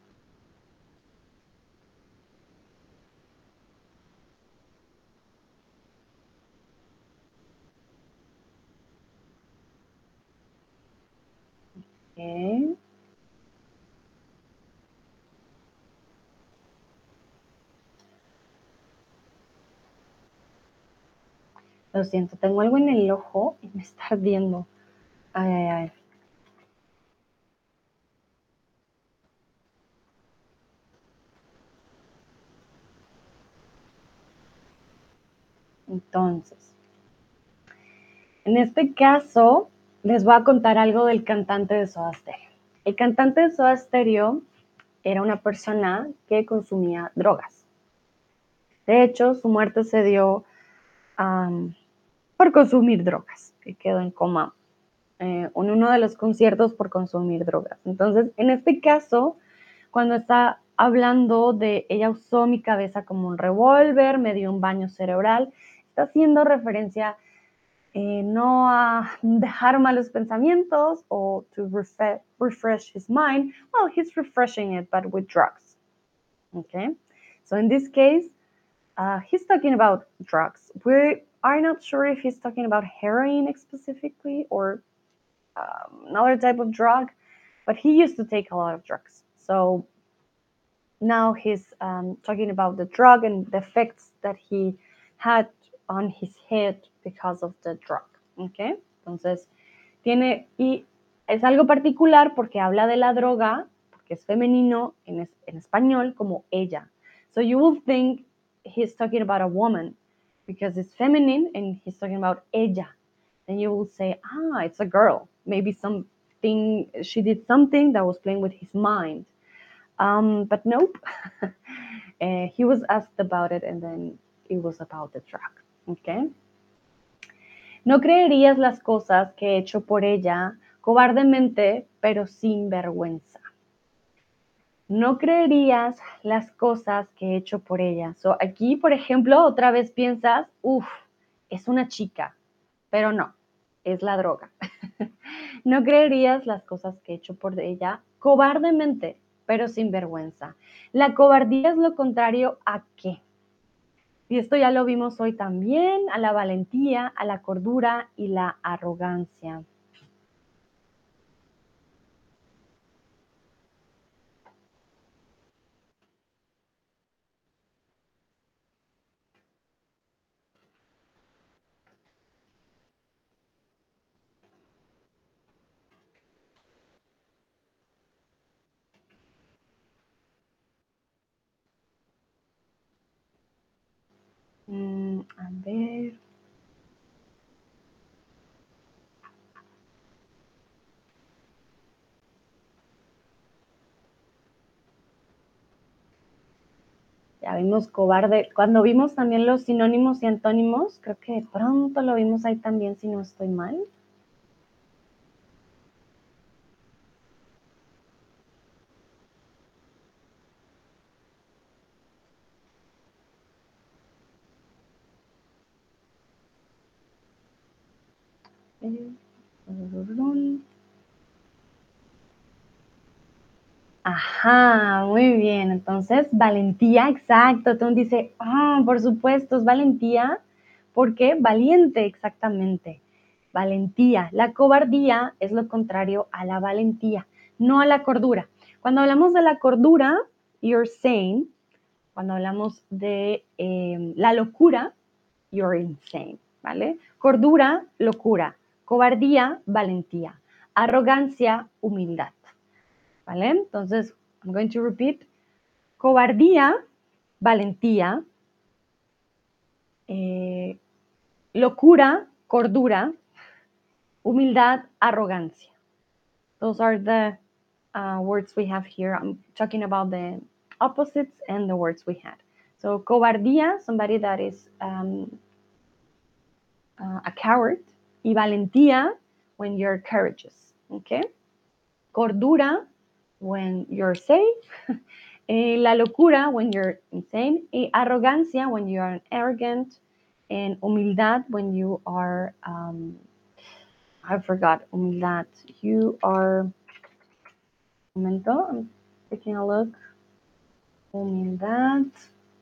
Okay. Lo siento, tengo algo en el ojo y me está ardiendo. Ay, ay, ay. Entonces, en este caso, les voy a contar algo del cantante de Soda Stereo. El cantante de Soda Stereo era una persona que consumía drogas. De hecho, su muerte se dio um, por consumir drogas. Y quedó en coma eh, en uno de los conciertos por consumir drogas. Entonces, en este caso, cuando está hablando de ella usó mi cabeza como un revólver, me dio un baño cerebral, está haciendo referencia eh, no a dejar malos pensamientos o to refe- refresh his mind. Well, he's refreshing it, but with drugs. Okay, so in this case, uh, he's talking about drugs. We are not sure if he's talking about heroin specifically or um, another type of drug, but he used to take a lot of drugs. So now he's um, talking about the drug and the effects that he had on his head because of the drug. ¿Okay? Entonces, tiene, y es algo particular porque habla de la droga, porque es femenino en, es, en español como ella. So you will think he's talking about a woman because it's feminine and he's talking about ella. Then you will say, ah, it's a girl. Maybe something, she did something that was playing with his mind. Um, but nope. uh, he was asked about it and then it was about the drug. Okay. No creerías las cosas que he hecho por ella cobardemente, pero sin vergüenza. No creerías las cosas que he hecho por ella. So, aquí, por ejemplo, otra vez piensas, uff, es una chica, pero no, es la droga. No creerías las cosas que he hecho por ella cobardemente, pero sin vergüenza. La cobardía es lo contrario a qué. Y esto ya lo vimos hoy también, a la valentía, a la cordura y la arrogancia. Mm, a ver. Ya vimos cobarde. Cuando vimos también los sinónimos y antónimos, creo que de pronto lo vimos ahí también, si no estoy mal. Ajá, muy bien. Entonces, valentía, exacto. Entonces dice, ah, por supuesto, es valentía, porque valiente, exactamente. Valentía. La cobardía es lo contrario a la valentía, no a la cordura. Cuando hablamos de la cordura, you're sane. Cuando hablamos de eh, la locura, you're insane, ¿vale? Cordura, locura. Cobardía, valentía. Arrogancia, humildad. ¿Vale? Entonces, I'm going to repeat. Cobardía, valentía, eh, locura, cordura, humildad, arrogancia. Those are the uh, words we have here. I'm talking about the opposites and the words we had. So, cobardía, somebody that is um, uh, a coward. Y valentía, when you're courageous. Okay? Cordura, when you're safe. Eh, la locura, when you're insane. Y arrogancia, when you are arrogant. And humildad, when you are, um, I forgot, humildad. You are, un momento, I'm taking a look. Humildad.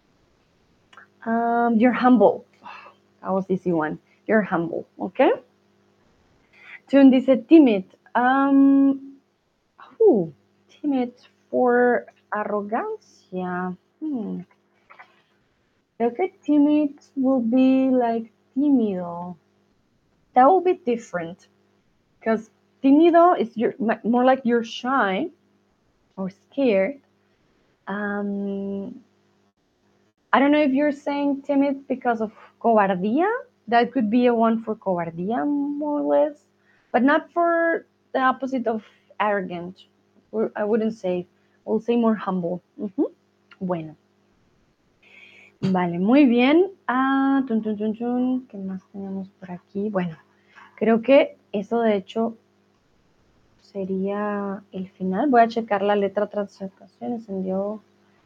Um, you're humble. That was easy one. You're humble, okay? Tune dice timid. Um, ooh, timid for arrogancia. Hmm. Creo que timid will be like tímido. That will be different because tímido is you're, more like you're shy or scared. Um, I don't know if you're saying timid because of cobardía. That could be a one for cobardía, more or less, but not for the opposite of arrogant. I wouldn't say. We'll say more humble. Uh-huh. Bueno. Vale, muy bien. Ah, tun, tun, tun, tun. ¿Qué más tenemos por aquí? Bueno, creo que eso de hecho sería el final. Voy a checar la letra transacción. Encendió.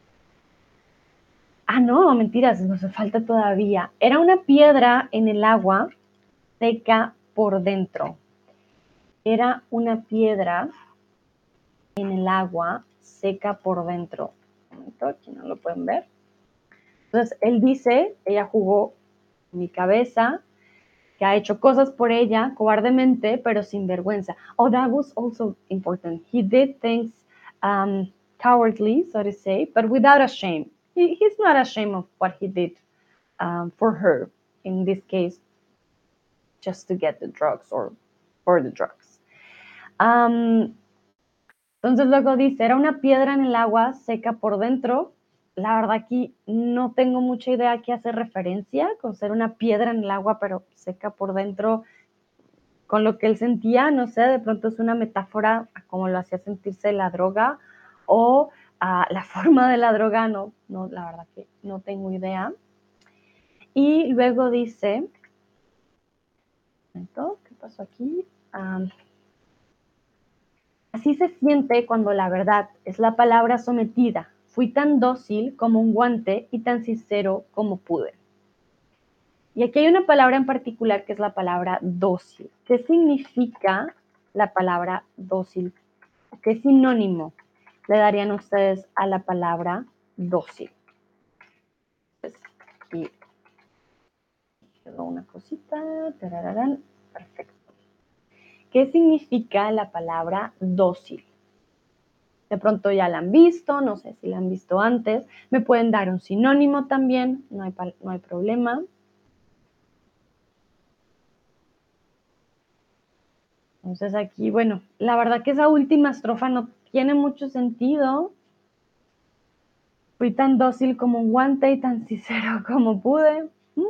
Ah, no, mentiras, nos falta todavía. Era una piedra en el agua seca por dentro. Era una piedra en el agua seca por dentro. Un momento, aquí no lo pueden ver. Entonces, él dice, ella jugó mi cabeza, que ha hecho cosas por ella cobardemente, pero sin vergüenza. Oh, that was also important. He did things um, cowardly, so to say, but without a shame. He, he's not ashamed of what he did um, for her, in this case, just to get the drugs or for the drugs. Um, entonces luego dice, era una piedra en el agua seca por dentro. La verdad aquí no tengo mucha idea a qué hace referencia con ser una piedra en el agua, pero seca por dentro. Con lo que él sentía, no sé, de pronto es una metáfora a cómo lo hacía sentirse la droga o a la forma de la droga, no, no, la verdad que no tengo idea. Y luego dice, ¿qué pasó aquí? Um, así se siente cuando la verdad es la palabra sometida. Fui tan dócil como un guante y tan sincero como pude. Y aquí hay una palabra en particular que es la palabra dócil. ¿Qué significa la palabra dócil? ¿Qué sinónimo le darían ustedes a la palabra dócil? Pues aquí quedó una cosita. Tarararán, perfecto. ¿Qué significa la palabra dócil? De pronto ya la han visto, no sé si la han visto antes. Me pueden dar un sinónimo también, no hay, no hay problema. Entonces aquí, bueno, la verdad que esa última estrofa no tiene mucho sentido. Fui tan dócil como un guante y tan sincero como pude. ¿Mm?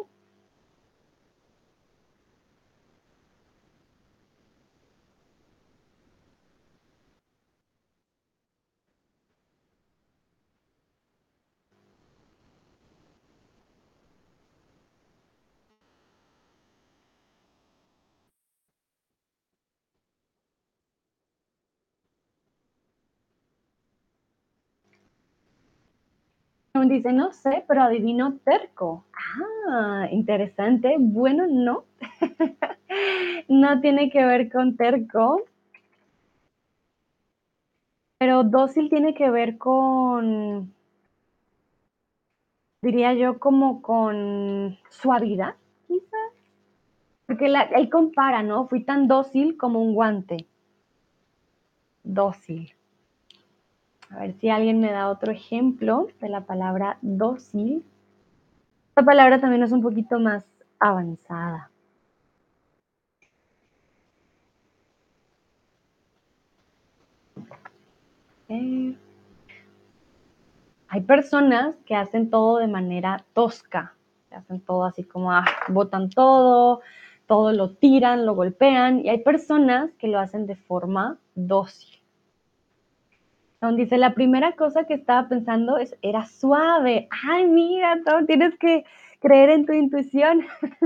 Dice, no sé, pero adivino terco. Ah, interesante. Bueno, no. No tiene que ver con terco, pero dócil tiene que ver con, diría yo, como con suavidad, quizás. Porque la- él compara, ¿no? Fui tan dócil como un guante. Dócil. A ver si alguien me da otro ejemplo de la palabra dócil. Esta palabra también es un poquito más avanzada. Eh, hay personas que hacen todo de manera tosca, que hacen todo así como, ah, botan todo, todo lo tiran, lo golpean, y hay personas que lo hacen de forma dócil. Don dice, la primera cosa que estaba pensando es, era suave. Ay, mira, Tom, tienes que creer en tu intuición.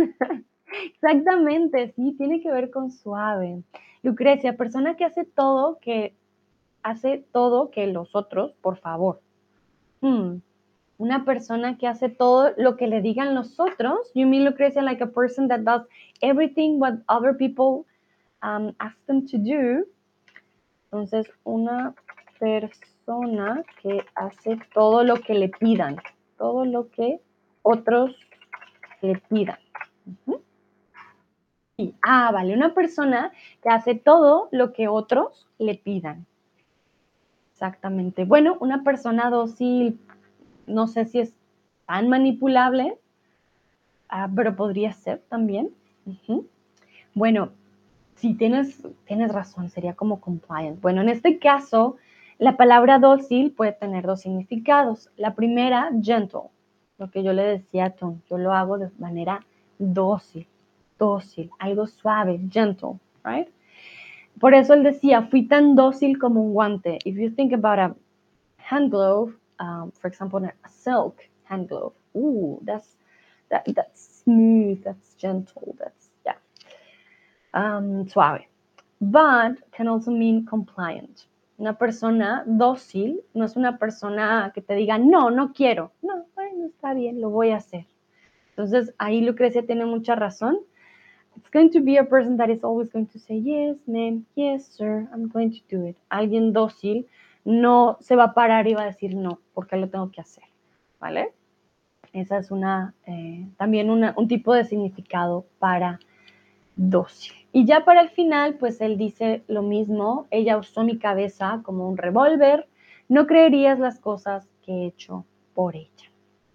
Exactamente, sí, tiene que ver con suave. Lucrecia, persona que hace todo, que hace todo que los otros, por favor. Hmm. Una persona que hace todo lo que le digan los otros. You mean, Lucrecia, like a person that does everything what other people um, ask them to do. Entonces, una persona que hace todo lo que le pidan, todo lo que otros le pidan. Uh-huh. Sí. Ah, vale, una persona que hace todo lo que otros le pidan. Exactamente. Bueno, una persona dócil, no sé si es tan manipulable, uh, pero podría ser también. Uh-huh. Bueno, sí, tienes, tienes razón, sería como compliant. Bueno, en este caso, la palabra dócil puede tener dos significados. La primera, gentle, lo que yo le decía a Tom, yo lo hago de manera dócil, dócil, algo suave, gentle, right? Por eso él decía, fui tan dócil como un guante. If you think about a hand glove, um, for example, a silk hand glove, ooh, that's, that, that's smooth, that's gentle, that's, yeah. Um, suave. But can also mean compliant. Una persona dócil no es una persona que te diga, no, no quiero. No, bueno, está bien, lo voy a hacer. Entonces, ahí Lucrecia tiene mucha razón. It's going to be a person that is always going to say, yes, ma'am, yes, sir, I'm going to do it. Alguien dócil no se va a parar y va a decir no, porque lo tengo que hacer, ¿vale? Esa es una, eh, también una, un tipo de significado para dócil. Y ya para el final, pues él dice lo mismo, ella usó mi cabeza como un revólver, no creerías las cosas que he hecho por ella.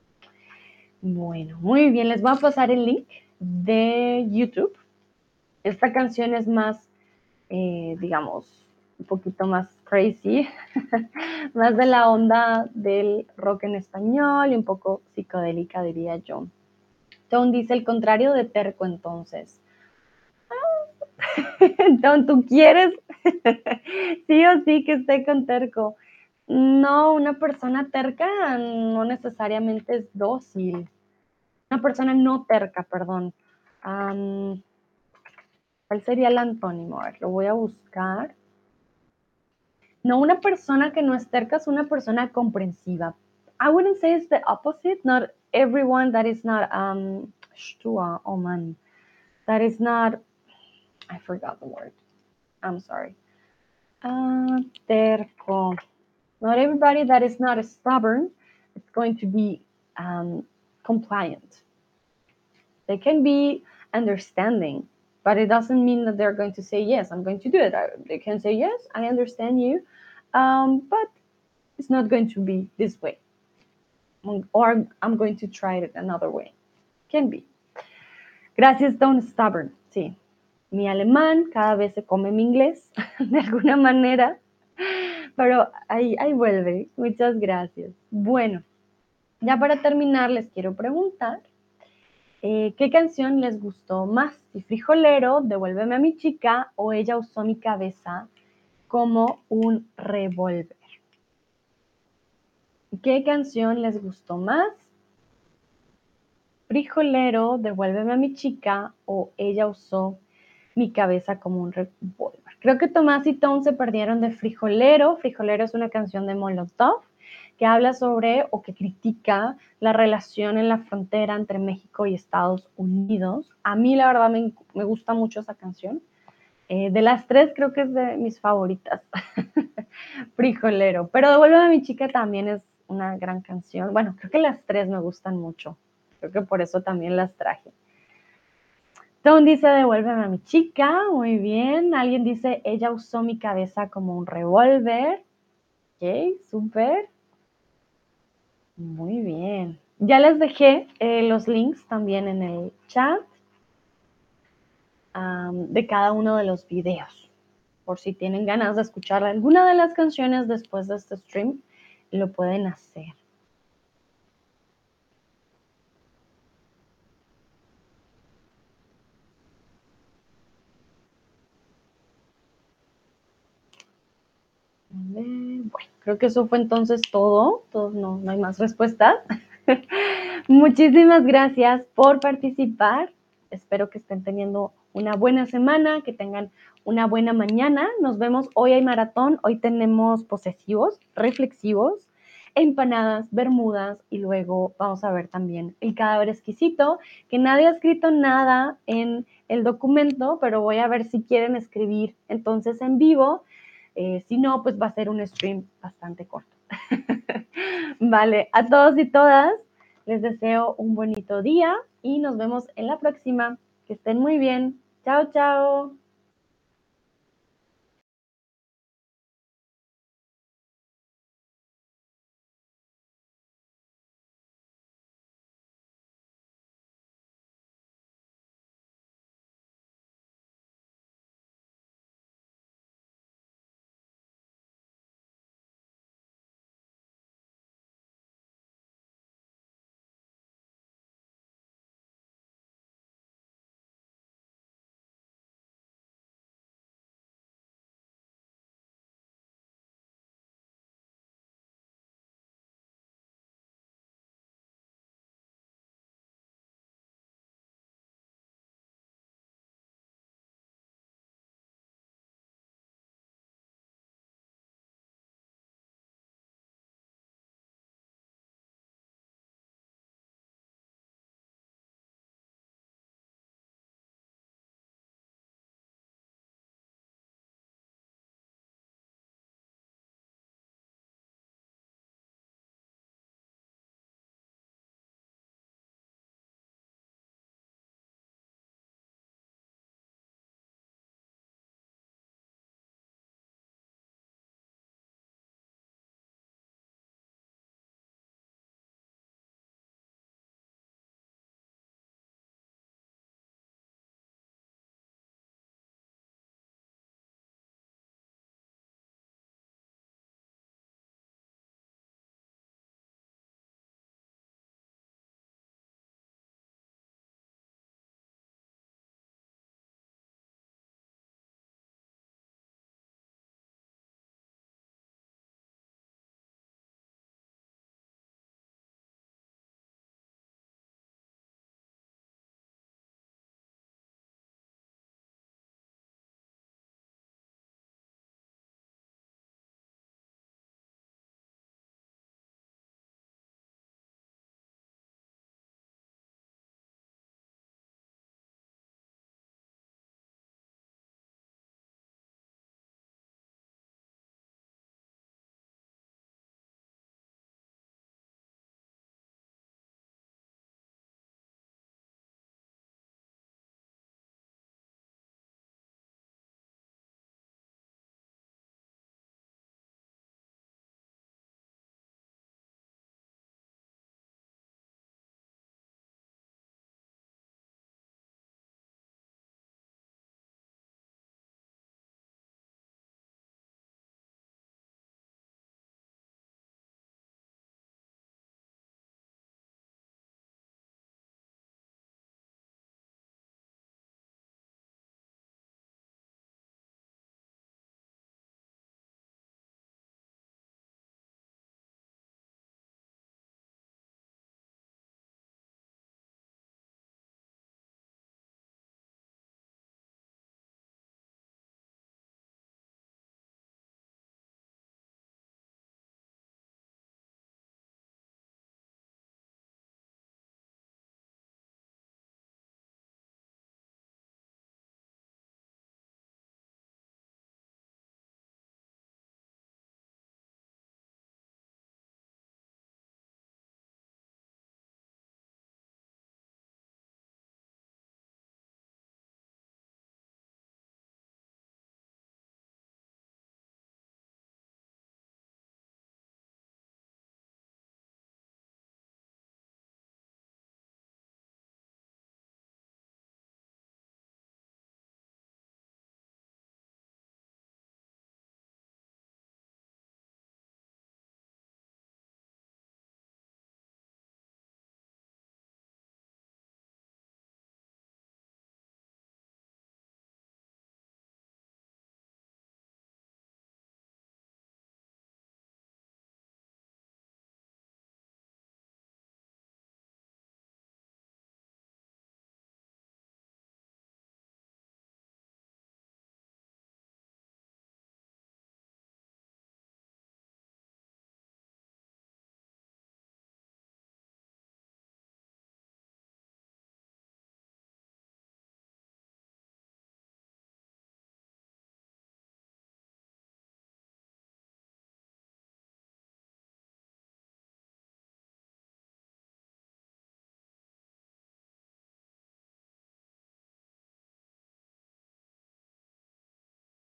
Bueno, muy bien, les voy a pasar el link de YouTube. Esta canción es más, eh, digamos, un poquito más crazy, más de la onda del rock en español y un poco psicodélica, diría yo. Tom dice el contrario de terco, entonces. Entonces, ¿tú quieres sí o sí que esté con terco? No, una persona terca no necesariamente es dócil. Una persona no terca, perdón. Um, ¿Cuál sería el antónimo? A ver, lo voy a buscar. No, una persona que no es terca es una persona comprensiva. I wouldn't say it's the opposite. Not everyone that is not um stua, oh man, that is not. I forgot the word. I'm sorry. Uh, terco. Not everybody that is not stubborn is going to be um, compliant. They can be understanding, but it doesn't mean that they're going to say, yes, I'm going to do it. They can say, yes, I understand you, um, but it's not going to be this way. Or I'm going to try it another way. Can be. Gracias, Don Stubborn. Sí. Mi alemán cada vez se come mi inglés, de alguna manera. Pero ahí, ahí vuelve. Muchas gracias. Bueno, ya para terminar les quiero preguntar, eh, ¿qué canción les gustó más? Si Frijolero, Devuélveme a mi chica o Ella usó mi cabeza como un revólver. ¿Qué canción les gustó más? Frijolero, Devuélveme a mi chica o Ella usó mi cabeza como un revólver. Creo que Tomás y Tom se perdieron de Frijolero. Frijolero es una canción de Molotov. que habla sobre o que critica la relación en la frontera entre México y Estados Unidos. A mí la verdad me, me gusta mucho esa canción. Eh, de las tres creo que es de mis favoritas. Frijolero. Pero Devuélveme a mi chica también es una gran canción. Bueno, creo que las tres me gustan mucho. Creo que por eso también las traje. Tom dice, devuélveme a mi chica. Muy bien. Alguien dice, ella usó mi cabeza como un revólver. Ok, súper. Muy bien. Ya les dejé eh, los links también en el chat um, de cada uno de los videos. Por si tienen ganas de escuchar alguna de las canciones después de este stream, lo pueden hacer. Bueno, creo que eso fue entonces todo. todo no, no hay más respuestas. Muchísimas gracias por participar. Espero que estén teniendo una buena semana, que tengan una buena mañana. Nos vemos. Hoy hay maratón. Hoy tenemos posesivos, reflexivos, empanadas, bermudas y luego vamos a ver también el cadáver exquisito, que nadie ha escrito nada en el documento, pero voy a ver si quieren escribir entonces en vivo. Eh, si no, pues va a ser un stream bastante corto. Vale, a todos y todas les deseo un bonito día y nos vemos en la próxima. Que estén muy bien. Chao, chao.